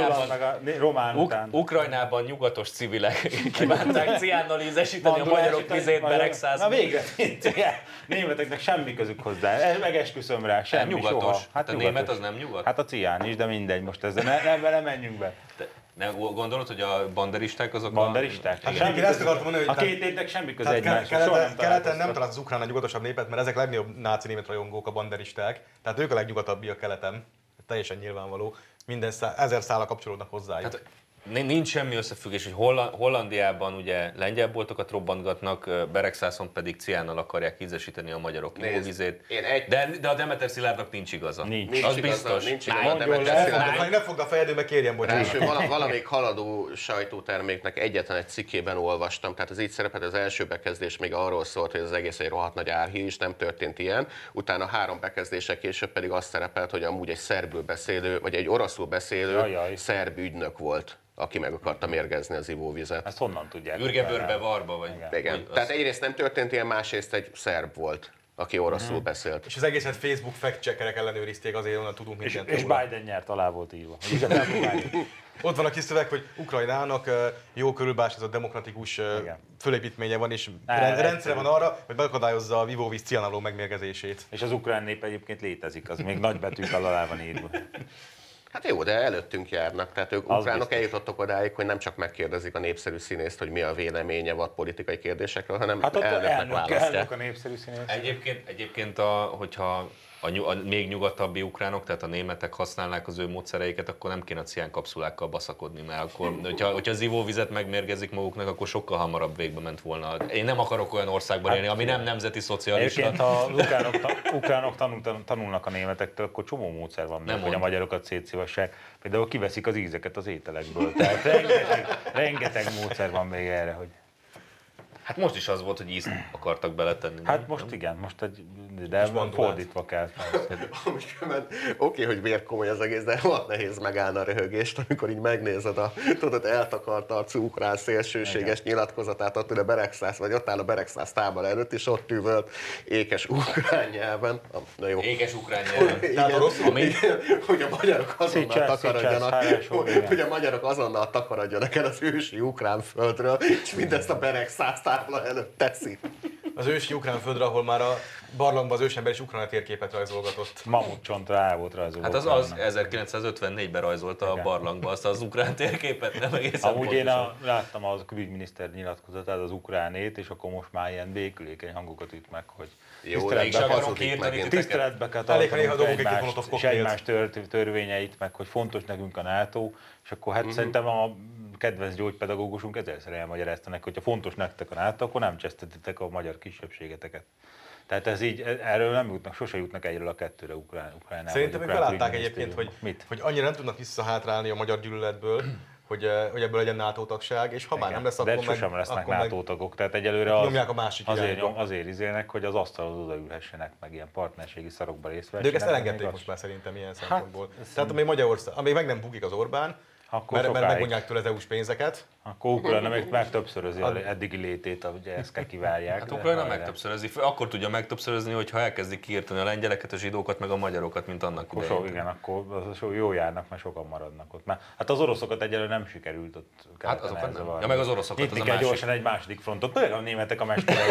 Ukrajnában nyugatos civilek kívánták ciánnal ízesíteni a magyarok vizét Beregszászon. Na végre, németeknek semmi közük hozzá, megesküszöm rá, semmi nyugatos. soha. Hát a német az nem nyugat? Hát a cián is, de mindegy, most ezzel nem menjünk be. Nem gondolod, hogy a banderisták azok banderisták? Hát semmi, ezt akartam mondani, hogy a két népnek semmi köze egymáshoz. Keleten nem találsz az ukrán a nyugatosabb népet, mert ezek legnagyobb náci német rajongók a banderisták. Tehát ők a legnyugatabbiak keleten. Teljesen nyilvánvaló. Minden ezer szála kapcsolódnak hozzájuk. Hát, nincs semmi összefüggés, hogy Hollandiában ugye lengyelboltokat robbantgatnak, Beregszászon pedig ciánnal akarják ízesíteni a magyarok ivóvizét. De a Demeter Szilárdnak nincs igaza. Nincs az igaza, biztos. Nincs igaza a Demeter Szilárdnak. Ha ne fogd a fejedőbe, kérjem bocsánat. Valamelyik haladó sajtóterméknek egyetlen egy cikkében olvastam, tehát az így szerepelt, az első bekezdés még arról szólt, hogy az egész egy rohadt nagy árhír, és nem történt ilyen. Utána 3 bekezdések később pedig azt szerepelt, hogy amúgy egy szerbül beszélő, vagy egy oroszul beszélő szerb ügynök volt, aki meg akarta mérgezni az ivóvizet. Ezt honnan tudják? Ürgebőrbe, varba vagy? Igen. Tehát egyrészt nem történt ilyen, másrészt egy szerb volt, aki oroszul beszélt. És az egészet Facebook fact-checkerek ellenőrizték, azért onnan tudunk mindent. És Biden nyert, alá volt írva. Ott van a kis szöveg, hogy Ukrajnának jó körülbástyázott demokratikus fölépítménye van, és rendszere van arra, hogy megakadályozza a ivóvíz cianáló megmérgezését. És az ukrán nép egyébként létezik, az még nagybetűkkel alá van írva. Hát jó, de előttünk járnak, tehát ők ukránok eljutottak odáig, hogy nem csak megkérdezik a népszerű színészt, hogy mi a véleménye vagy politikai kérdésekről, hanem elnöknek választják. A népszerű színész. Egyébként hogyha a még nyugatabbi ukránok, tehát a németek használnák az ő módszereiket, akkor nem kéne cián kapszulákkal baszakodni, mert akkor, hogyha az ivóvizet megmérgezik maguknak, akkor sokkal hamarabb végbe ment volna. Én nem akarok olyan országban élni, ami nem nemzeti szocialista. Egyébként, ha az ukránok tanulnak a németektől, akkor csomó módszer van, hogy a magyarokat szétszívassák. Például kiveszik az ízeket az ételekből. Tehát rengeteg módszer van még erre, hogy... Hát most is az volt, hogy ízt akartak beletenni. Hát most igen, de fordítva kell. Oké, hogy miért komoly az egész, de volt nehéz megállni a röhögést, amikor így megnézed a eltakart arcú ukrán szélsőséges nyilatkozatát, ott ül a Beregszász, vagy ott áll a Beregszász tábor előtt, és ott üvölt ékes ukrán nyelven. Na jó. Ékes ukrán nyelven. Igen, hogy a magyarok azonnal takarodjanak, hogy a magyarok azonnal takarodjanak el az ősi ukrán földről, és mindezt a Beregszász tábla előtt teszi. Az ősi ukrán földre, ahol már a barlangban az ősember is ukrán térképet rajzolgatott. Mamutcsontra el volt rajzolva. Hát az 1954-ben rajzolta a barlangba azt az ukrán térképet, nem egészen amúgy én láttam az külügyminiszter nyilatkozatát, az ukránét, és akkor most már ilyen békülékeny hangokat üt meg, hogy tiszteletbe kell tartanunk egymás törvényeit, meg hogy fontos nekünk a NATO, és akkor hát szerintem a kedvenc gyógypedagógusunk ezerszer elmagyarázta neki, hogyha fontos nektek a NATO, akkor nem csesztetitek a magyar kisebbségeteket. Tehát ez így, erről nem jutnak, sose jutnak egyről a kettőre Ukrajnában. Szerintem ők belátták egyébként, hogy annyira nem tudnak visszahátrálni a magyar gyűlöletből, hogy ebből legyen NATO tagság, és ha már nem lesz, akkor sosem lesznek NATO tagok, tehát egyelőre nyomják a másik azért izélnek, hogy az asztalhoz odaülhessenek, meg ilyen partnerségi szarokba részt vessenek. De ők ezt elengedték most már szerintem ilyen szempontból. Tehát amíg Magyarország, amíg meg nem bukik az Orbán, mert megmondják tőle az EU-s pénzeket. Akkor Ukrajna még megtöbbszörözi az eddigi létét, ugye ezt kell kivárják. Hát Ukrajna megtöbbszörözi, akkor tudja megtöbbszörözni, hogyha elkezdik kiírtani a lengyeleket, a zsidókat, meg a magyarokat, mint annak idején. Igen, akkor jó járnak, mert sokan maradnak ott. Hát az oroszokat egyelőre nem sikerült ott. Hát azokat nem. Ja, meg az oroszokat, nyitni kell gyorsan egy második frontot, például a németek a mesterei.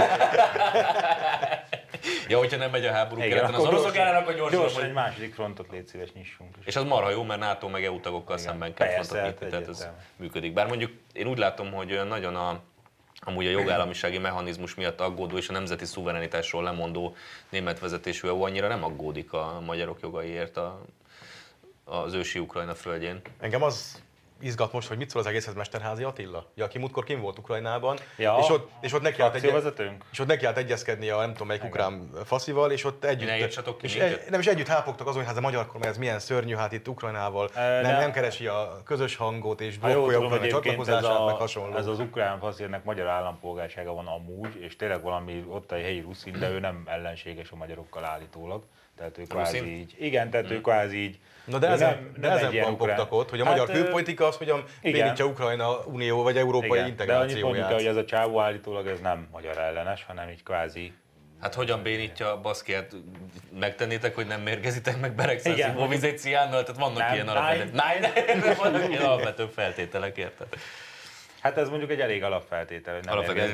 Ja, hogyha nem megy a háború keleten, az oroszok ellen, akkor gyorsan egy második frontot légy szíves nyissunk. És az marha jó, mert NATO meg EU tagokkal szemben kell frontot nyitni, tehát ez működik. Bár mondjuk én úgy látom, hogy nagyon amúgy a jogállamisági mechanizmus miatt aggódó és a nemzeti szuverenitásról lemondó német vezetésű EU annyira nem aggódik a magyarok jogaiért az ősi Ukrajna földjén. Engem az izgat most, hogy mit szól az egészhez Mesterházy Attila, aki múltkor kim volt Ukrajnában, és ott neki állt egyezkedni a nem tudom melyik ukrán faszival, és ott együtt hápogtak azon, hogy hát a magyar kormány ez milyen szörnyű, hát itt Ukrajnával nem keresi a közös hangot, és blokkolja Ukrajna csatlakozását, meg hasonló. Ez az ukrán faszérnek magyar állampolgársága van amúgy, és tényleg valami ott a helyi ruszin, de ő nem ellenséges a magyarokkal állítólag. Tehát ő kvázi így, igen, tehát ő kvázi így Na de ezen pampogtak ott, hogy a magyar külpolitika az hogyan bénítja Ukrajna unió vagy európai integrációját. De annyit mondjuk, hogy ez a csávó állítólag ez nem magyar ellenes, hanem így kvázi. Hát hogyan bénítja baszkért? Megtennétek, hogy nem mérgezitek meg Beregszász ivóvizét ciánnal? Tehát vannak ilyen alapvető feltételek, érted? Hát ez mondjuk egy elég alapfeltétel. Alapvetően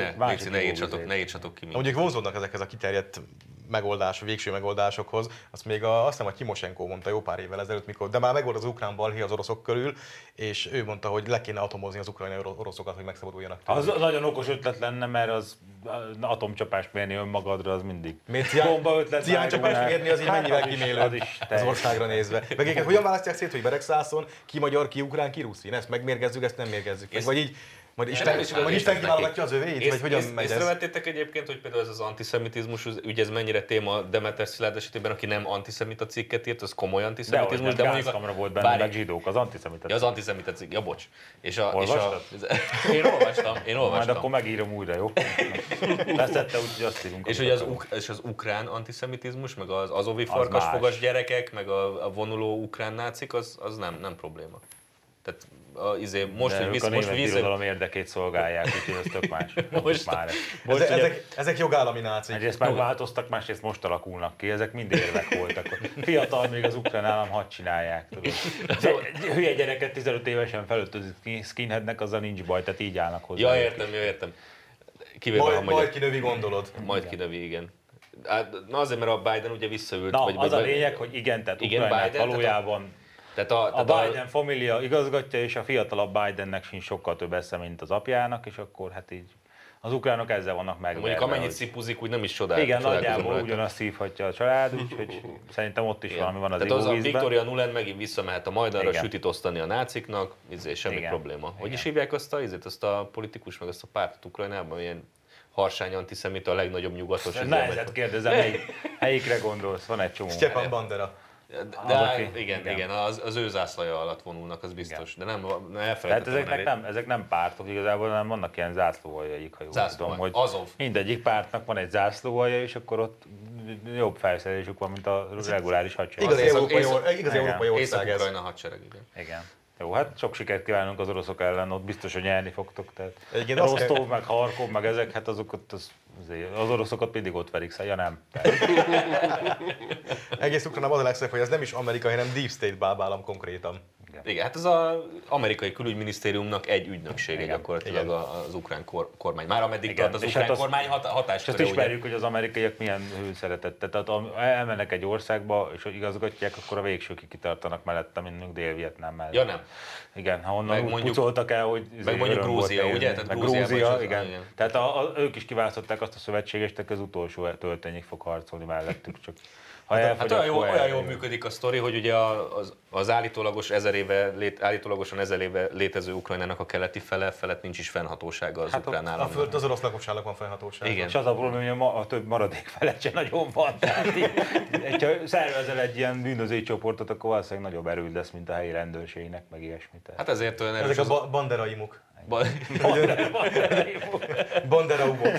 ne írtsatok ki. Mondjuk vonzódnak ezekhez a kiterjedt végső megoldásokhoz. Azt még azt hiszem, a Timosenko mondta jó pár évvel ezelőtt, de már megvolt az ukrán balhé az oroszok körül, és ő mondta, hogy le kéne atomozni az ukrajnai oroszokat, hogy megszabaduljanak. Az nagyon okos ötlet lenne, mert az atomcsapást mérni önmagadra, az mindig. Bomba ötlet. Ciáncsapást mérni az így mennyivel kimélő az országra nézve. Meg egyébként hogyan választják szét, hogy Beregszászon ki magyar, ki ukrán, ki ruszi? Ezt megmérgezzük, ezt nem mérgezzük. Vagy így majd Isten kiválogatja az övéit, vagy hogyan megy ez? Észrevettétek egyébként, hogy például ez az antiszemitizmus ügy, ez mennyire téma Demeter Szilárd esetében, aki nem antiszemita cikket írt, az komoly antiszemitizmus. De mondjuk volt benne, meg zsidók, az antiszemita. Ja, az antiszemita cikk, ja bocs. Olvastad? Én olvastam. Majd akkor megírom újra, jó? Leszette úgy, hogy azt írunk. És az ukrán antiszemitizmus, meg az azovi farkasfogas gyerekek, meg a vonuló ukrán nácik, az nem probléma. Tehát most, hogy a német irodalom érdekét szolgálják, úgyhogy ez tök más. Ezek jogállami nácik. Egyrészt megváltoztak, másrészt most alakulnak ki, ezek mind érvek voltak. Fiatal még az ukrán állam hadd csinálják. Hülye gyereket 15 évesen felöltözik skinheadnek, azzal nincs baj, tehát így állnak hozzá. Ja, értem. Majd kinövi, gondolod. Majd kinövi, igen. Na azért, mert a Biden ugye visszaült. Na, az a lényeg, hogy igen, tehát Ukrajnát valójában a Biden família igazgatja, és a fiatalabb Bidennek sincs sokkal több esze, mint az apjának, és akkor hát így az ukránok ezzel vannak megverve. Mondjuk amennyit szipuzik, úgy nem is csodál. Igen, nagyjából ugyanazt szívhatja a család, úgyhogy szerintem ott is valami van az ivóvízben. Tehát az a Victoria Nuland megint visszamehet a Majdanra sütit osztani a náciknak, semmi probléma. Hogy is hívják azt a politikus, meg azt a pártot Ukrajnában, ilyen harsány antiszemita, a legnagyobb nyugatos. Nehezet kérdezem, helyikre gondolsz, van egy csomó. Stepan Bandera. Igen, az ő zászlaja alatt vonulnak, az biztos. Igen. De nem elfelejtettem. Tehát ezek nem pártok igazából, hanem vannak ilyen zászlóaljaik, ha jól tudom, hogy mindegyik pártnak van egy zászlóalja, és akkor ott jobb felszerelésük van, mint a reguláris hadsereg. Igaz európai ország ez. Észak-Ukrajna hadsereg, igen. Jó, hát sok sikert kívánunk az oroszok ellen, ott biztos, hogy nyerni fogtok. Tehát Rostov, meg Harkov, meg ezek, hát azokat az oroszokat mindig ott verik, ja nem. Egész Ukrajnában az a legszebb, hogy ez nem is amerikai, hanem Deep State bábállam konkrétan. Igen, hát ez az amerikai külügyminisztériumnak egy ügynöksége gyakorlatilag az ukrán kormány. Már ameddig tart az ukrán kormány hatásköre. Ezt ismerjük, hogy az amerikaiak milyen hőszeretettel. Tehát elmennek egy országba, és igazgatják, akkor a végsőkig kitartanak mellette, mint mondjuk Dél-Vietnám mellett. Ja nem. Igen, ha onnan úgy pucoltak el, hogy meg mondjuk Grúzia, ugye? Tehát Grúzia, igen. Tehát ők is kiválasztották azt a szövetségest, aki az utolsó töltényig fog harcolni mellettük, csak hát olyan jól működik a sztori, hogy ugye az állítólagosan 1000 éve létező Ukrajnának a keleti felett nincs is fennhatósága az ukrán államnak. A föld az orosz lakosságnak van fennhatósága. Igen. És az a probléma, hogy a több maradék felett sem nagyon van. Ha szervezel egy ilyen bűnözői csoportot, akkor valószínűleg nagyobb erő lesz, mint a helyi rendőrségnek, meg ilyesmi. Hát ezért olyan erős. Ezek a banderaimok. Banderaumok.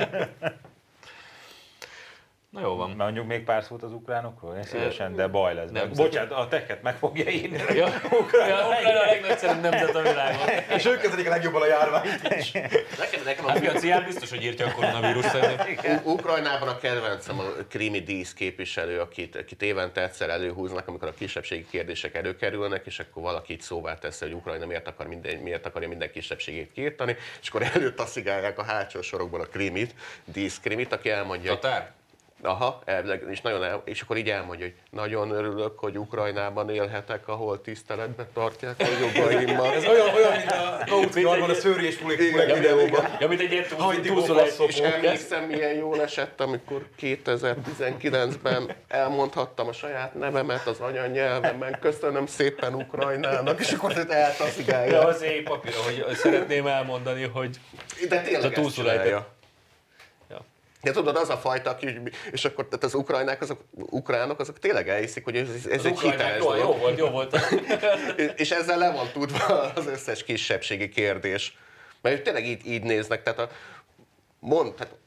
Na jó van. Mondjuk még pár szót az ukránokról? Én szívesen, de baj lesz. Bocsánat, a teket meg fogja írni. Ukrajna a legnagyszerűbb nemzet a világon. És ők kezelik a legjobban a járványt is. Nekem a piacián biztos, hogy írtja a koronavírust. Ukrajnában a kedvencem a krimi dísz képviselő, akit évente egyszer előhúznak, amikor a kisebbségi kérdések előkerülnek, és akkor valaki itt szóvá teszi, hogy Ukrajna miért akarja minden kisebbségét kiirtani, és akkor előtaszigálják a hátsó sorokból a díszkrimit, aki elmondja, Tatár? Aha, és akkor így elmondja, hogy nagyon örülök, hogy Ukrajnában élhetek, ahol tiszteletben tartják a jogaimat. Ez olyan, mint a Kautskarban a szőri és Pulek videóban. Ja, mint egy ilyen túlszólás. És emlékszem, milyen jól esett, amikor 2019-ben elmondhattam a saját nevemet az anyanyelvemen, köszönöm szépen Ukrajnának, és akkor eltaszigálja. Ja, az éj papír, hogy szeretném elmondani, hogy ez a túlszólás. Ja, tudod, az a fajta, és akkor tehát az ukránok azok tényleg elhiszik, hogy ez egy hiteles dolog. Jó volt. És ezzel le van tudva az összes kisebbségi kérdés. Mert tényleg így néznek, tehát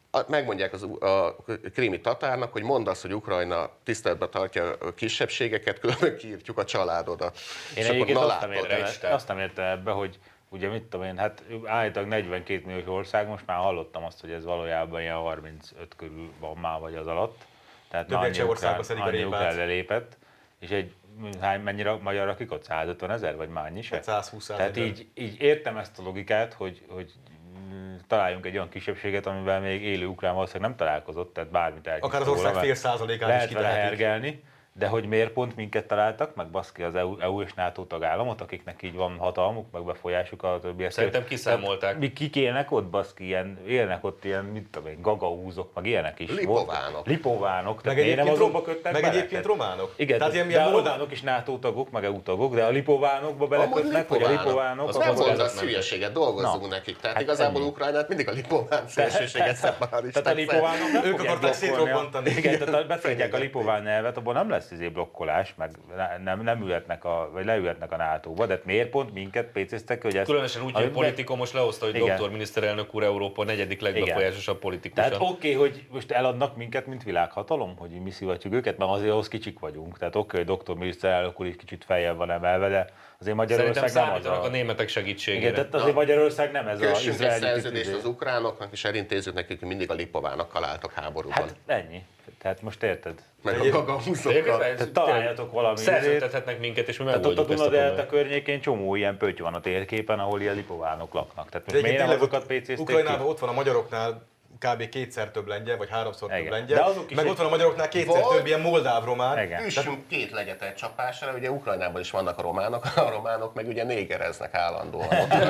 megmondják a krími tatárnak, hogy mondd azt, hogy Ukrajna tiszteletben tartja a kisebbségeket, különben kiírtjuk a családodat. Én egyébként azt nem értem ebbe, hogy ugye mit tudom én, hát állítólag 42 milliós ország, most már hallottam azt, hogy ez valójában ilyen 35 körül van már vagy az alatt. Tehát annyi ukrán lelépett, és mennyire magyarra kikott 150 000, vagy már annyi se? 120 000. Tehát így értem ezt a logikát, hogy találjunk egy olyan kisebbséget, amivel még élő ukrán valószínűleg nem találkozott, tehát bármit elkívül. Akár az ország fél százalékán is kitehetik. De hogy miért pont minket találtak, meg baszki az EU és NATO tagállamot, akiknek így van hatalmuk, meg befolyásuk a többiek. Szerintem kiszámolták. Mi kik élnek ott, baszki, élnek ott ilyen, mit tudom én, gagaúzok, meg ilyenek is. Lipovánok. Meg egyébként románok. Igen, tehát de a románok is NATO tagok, meg EU tagok, de a lipovánokba belekötnek, hogy a lipovánok... Az nem mondasz hülyeséget, dolgozzunk nekik. Tehát igazából Ukrajnát mindig a lipován szélsőséget szeparálisták. Tehát a lipovánok nem ők akarták szétrobbantani. Igen, tehát beszélják a lipován nyelvet, abban nem lesz blokkolás, meg nem ülhetnek vagy leülhetnek a NATO-ba, de miért pont minket pécéztek, hogy ez... Különösen úgy, hogy a Politico most lehozta, hogy doktor miniszterelnök úr Európa negyedik legbefolyásosabb politikusa. Tehát oké, hogy most eladnak minket, mint világhatalom, hogy mi szivatjuk őket, mert azért ahhoz kicsik vagyunk. Tehát oké, hogy doktor miniszterelnök úr is kicsit feljebb van emelve, de azért Magyarország nem az a németek segítségére. Igen, tehát azért Magyarország nem ez az izraeli szerződést az ukránoknak, és elintézzük nekik, hogy mindig a lipovánokkal álltak háborúban. Hát ennyi. Tehát most érted? Meg a gagahúzokkal. Találjatok valami. Szerződtethetnek minket, és mi megoldjuk ezt a problémát. Tehát ott a Duna-delta környékén csomó ilyen pötty van a térképen, ahol ilyen lipovánok laknak. Tehát most miért nem azokat pécézték ki? Ukrajnában ott van a magyaroknál kb. Kétszer több lengyel, vagy háromszor több lengyel, meg ott van a magyaroknál kétszer több ilyen moldáv-román. Üssünk két legyet csapásra, ugye Ukrajnában is vannak a románok meg ugye négereznek állandóan.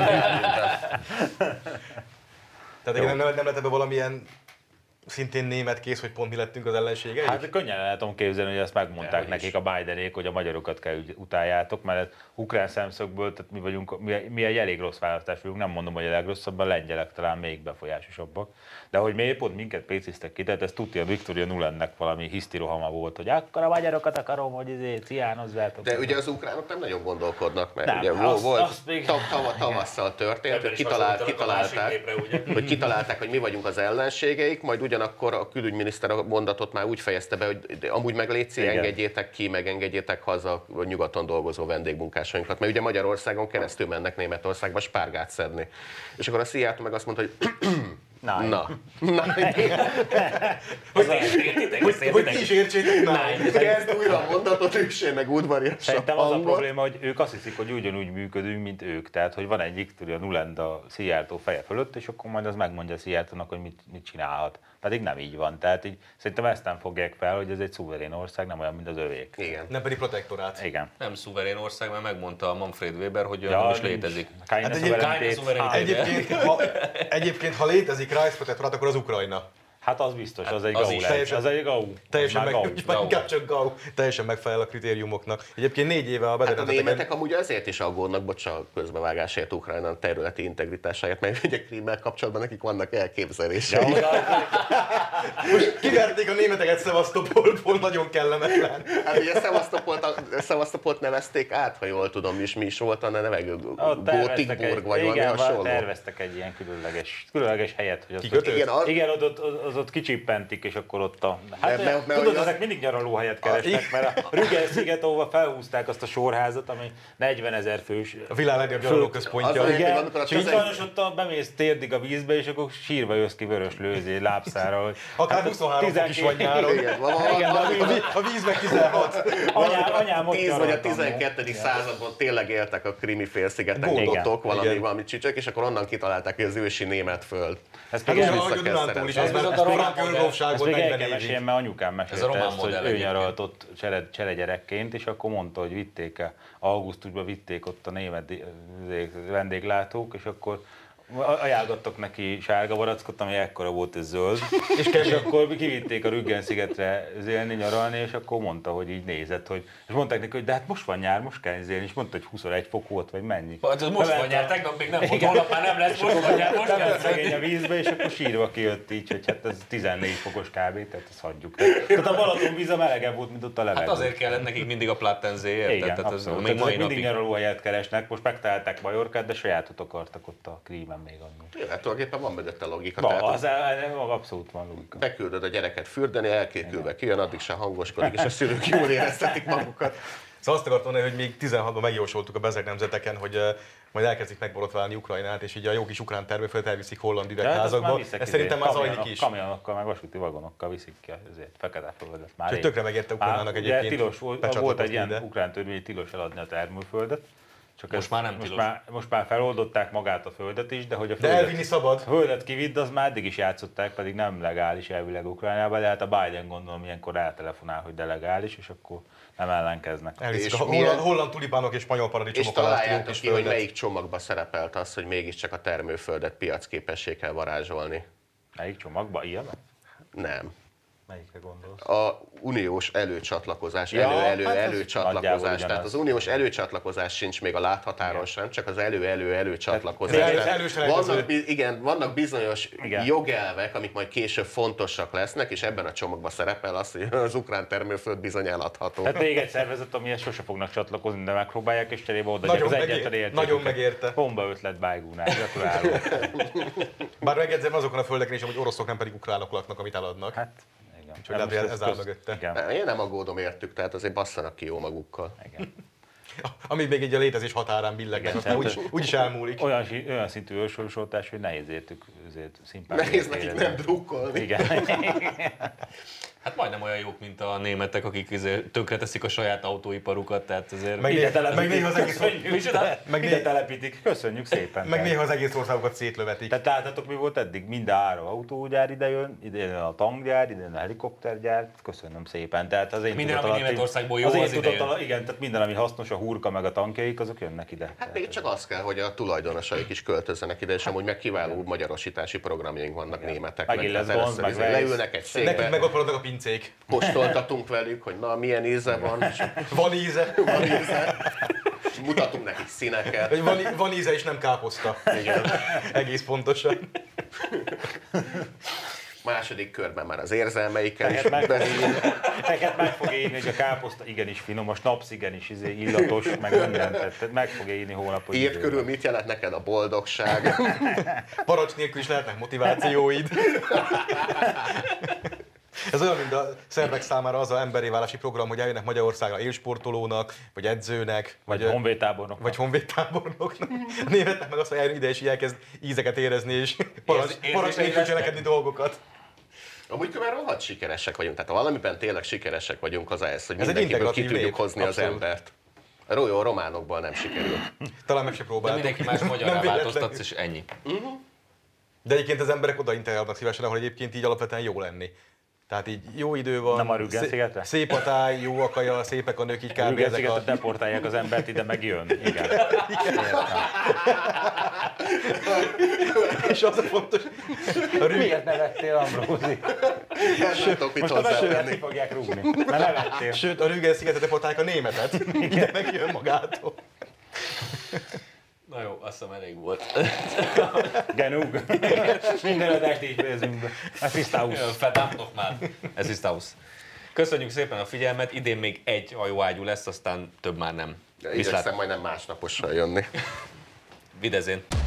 Tehát nem lehet ebbe valamilyen szintén német kész, hogy pont mi lettünk az ellenségei? Hát könnyen el tudom képzelni, hogy ezt megmondták nekik a Bidenék, hogy a magyarokat kell utáljátok, mert ukrán szemszögből, tehát mi egy elég rossz választás vagyunk, nem mondom, hogy a legrosszabb, a lengyelek talán még befolyásosabbak. De hogy miért pont minket péciztek ki, tehát ez tudja, a Victoria Nulandnek valami hisztirohama volt, hogy akkor a magyarokat akarom, hogy ciánozzátok. De ugye az ukránok nem nagyon gondolkodnak, mert ugye volt tavasszal történt, hogy kitalálták, hogy mi vagyunk az ellenségeik, majd ugyanakkor a külügyminiszter a mondatot már úgy fejezte be, hogy amúgy meg létszik, engedjétek ki, meg engedjétek haza a nyugaton dolgozó vendégmunkásainkat, mert ugye Magyarországon keresztül mennek Németországba spárgát szedni. És akkor a Szijjártó meg azt mondta, hogy Na. Hogy ti is értsétek, kezd újra a mondatot, üssél meg udvariasabb. Szerintem az a probléma, hogy ők azt hiszik, hogy ugyanúgy működünk, mint ők. Tehát, hogy van egy Victoria Nuland a Szijjártó feje fölött, és akkor majd az megmondja a Szijjártónak, hogy mit csinálhat. Pedig nem így van. Tehát így, szerintem ezt nem fogják fel, hogy ez egy szuverén ország, nem olyan, mint az övék. Igen. Nem pedig protektorát. Igen. Nem szuverén ország, mert megmondta Manfred Weber, hogy olyan is létezik. Egyébként, ha létezik rájszprotektorát, akkor az Ukrajna. Hát az biztos, az egy GAU lesz. Az egy GAU. Inkább csak GAU. Teljesen megfelel a kritériumoknak. Egyébként 4 éve a beteremtettek... Hát a németek amúgy azért is aggódnak, bocsánat, közbevágásért Ukrajna területi integritásáért, mert ugye Krímmel kapcsolatban nekik vannak elképzelései. Most kiverték a németeket Szevasztopolból, nagyon kellemetlen. Hát ugye Szevasztopolt nevezték át, ha jól tudom, és mi is volt a neve, Gótikburg vagy valami hasonló. Terveztek egy ilyen különleges helyet, hogy igen, az ott kicsippentik, és akkor ott a... Hát tudod, ezek mindig nyaralóhelyet keresnek, mert a Rügen-sziget, ahova felhúzták azt a sorházat, ami 40 000 fős. A világ legjobb nyaralóközpontja. Igen, és így sajnos ott bemész térdig a vízbe, és akkor sírva jössz ki vörös lőzé, lábszára. Hogy akár 23 fok is vagy nyáron. A vízben 16. Anyám ott 10 vagy a 12. században tényleg éltek a Krimi félszigeten gódotok, valami csücsök, és akkor onnan kitalálták, hogy az ősi német föld. Ez még el kell mesélni, mert anyukám mesélte ezt, hogy ő nyaralt ott cselegyerekként, és akkor mondta, hogy augusztusban vitték ott a német vendéglátók, és akkor ajánlottak neki sárga barackot, ami ekkora volt, ez zöld, és akkor kivitték a Rügen-szigetre élni, nyaralni, és akkor mondta, hogy így nézett, hogy, és mondták neki, hogy de hát most van nyár, most kell élni, és mondta, hogy 21 fok volt, vagy mennyi. Hát most van nyár, tegnap még nem volt, holnap már nem lesz, most van nyár, most kell szegény a vízbe, és akkor sírva kijött így, hogy hát ez 14 fokos kb, tehát ezt hagyjuk. Tehát a Balaton víz a melegebb volt, mint ott a levegő. Hát azért kellett nekik mindig a Plattenzéért. Igen, abszolút. Még mai mindig nyaralóhelyet keresnek, most megtalálták Majorkát, de sajátot akartak ott a Krímen. még annól. Jó, hát tulajdonképpen van mögötte logika. Az abszolút van logika. Beküldöd a gyereket fürdeni, elkékülve kijön, addig se hangoskodik, és a szülők jól éreztetik magukat. Szóval azt akartam mondani, hogy még 16-ban megjósoltuk a bezeg nemzeteken, hogy majd elkezdik megborotválni Ukrajnát, és így a jó kis ukrán termőföld elviszik holland üvegházakba. Ez szerintem már zajlik is. Kamionokkal, meg vasúti vagonokkal viszik ki ezért fekete földet. Már tökre megérte Ukrajnának egyébként. Tilos volt egy ilyen ukrán törvény, hogy tilos eladni a termőföldet. Csak most már nem tilos. Most már feloldották magát a földet is, de hogy a elvinni szabad. Földet kividd, az már eddig is játszották, pedig nem legális elvileg Ukrajnában, de hát a Biden gondolom ilyenkor eltelefonál, hogy de legális, és akkor nem ellenkeznek. Elviszik a holland tulipánok és spanyol paradicsomok alatt. És találjátok ki, hogy melyik csomagba szerepelt az, hogy mégiscsak a termőföldet piacképessé kell varázsolni. Melyik csomagba? Ilyen? Nem. Melyikre gondolsz? A uniós előcsatlakozás, előcsatlakozás. Tehát az uniós előcsatlakozás sincs még a láthatáron sem, csak az előcsatlakozás. Vannak bizonyos jogelvek, amik majd később fontosak lesznek, és ebben a csomagban szerepel az, hogy az ukrán termőföld bizony eladható. Tehát még egy szervezet, amihez sose fognak csatlakozni, de megpróbálják, és cserébe odaadják az egyetlen értéküket. Nagyon megérte. Bomba ötlet Bájgúnál, gratulálok. Bár megjegyzem azokon a földeken is, hogy oroszok nem pedig ukránok laknak, amit eladnak. Hát, csak lehet, ez áll mögötte. Én nem aggódom értük, tehát azért basszanak ki jó magukkal. Igen. Amíg még egy a létezés határán billegnek, aztán úgyis elmúlik. Olyan szintű őssorsoltás, hogy nehéz értük szimpátiát. Nehéz nekik nem drukkolni. Igen. Hát majdnem olyan jók, mint a németek, akik tönkreteszik a saját autóiparukat, tehát azért... Meg néha az egész ide telepítik. Köszönjük szépen. Meg néha az egész országokat szétlövetik. Tehát láthatok, mi volt eddig? Minden ára autógyár ide jön a tankgyár, ide jön a helikoptergyár. Köszönöm szépen. Tehát az én minden, ami Németországból jó, az ide jön. Igen, tehát minden, ami hasznos, a hurka meg a tankjaik, azok jönnek ide. Hát még csak az kell, hogy a tulajdonosaik is költözzenek ide, és amúgy meg kiváló magyarosítási programjaink vannak németeknek. Leülnek egy székbe. Nekünk meg ott maradnak a pincék. Kóstoltatunk velük, hogy na, milyen íze van. Van íze. Van íze. Mutatunk nekik színeket. Van íze és nem káposzta. Igen. Egész pontosan. Második körben már az érzelmeikkel is Teket meg fog érni, hogy a káposzta igenis finom, a snaps igenis illatos, meg mindent, tehát meg fog érni hónapot. Írd körül, mit jelent neked a boldogság. Paracs nélkül is lehetnek motivációid. Ez olyan, mint a szervek számára az az emberi válási program, hogy eljönnek Magyarországra élsportolónak, vagy edzőnek, vagy honvédtábornoknak. A németnek meg azt, hogy eljön ide és így elkezd ízeket érezni, és parancs nélkül cselekedni dolgokat. Amúgy már rohadt sikeresek vagyunk, tehát ha valamiben tényleg sikeresek vagyunk, az ez, hogy mindenkiből ki tudjuk hozni az embert. A románokból nem sikerült. Talán meg se próbáltuk. De mindenki más magyarra változtatsz, és ennyi. De egyébként az emberek oda integrálnak szívesen, ahol egyébként így alapvetően jó lenni. Tehát így jó idő van, nem a Rügen-szigetre? Szép a táj, jó a kaja, szépek a nők, így kb. Rügen-szigetre deportálják az embert, ide meg jön. Igen. És az a fontos... Miért nevettél, Ambrózi? Most a besőret ki fogják rúgni. Mert nevettél. Sőt, a Rügen-szigetre deportálják a németet. Ide meg jön magától. Na jó, azt hiszem elég volt. Genug. Minden adást így fejezünk be. Ez ist aus. Verdammt nochmal. Ez ist aus. Köszönjük szépen a figyelmet. Idén még egy hajóágyú lesz, aztán több már nem. Igyekszem majdnem másnapossal jönni. Wiedersehen.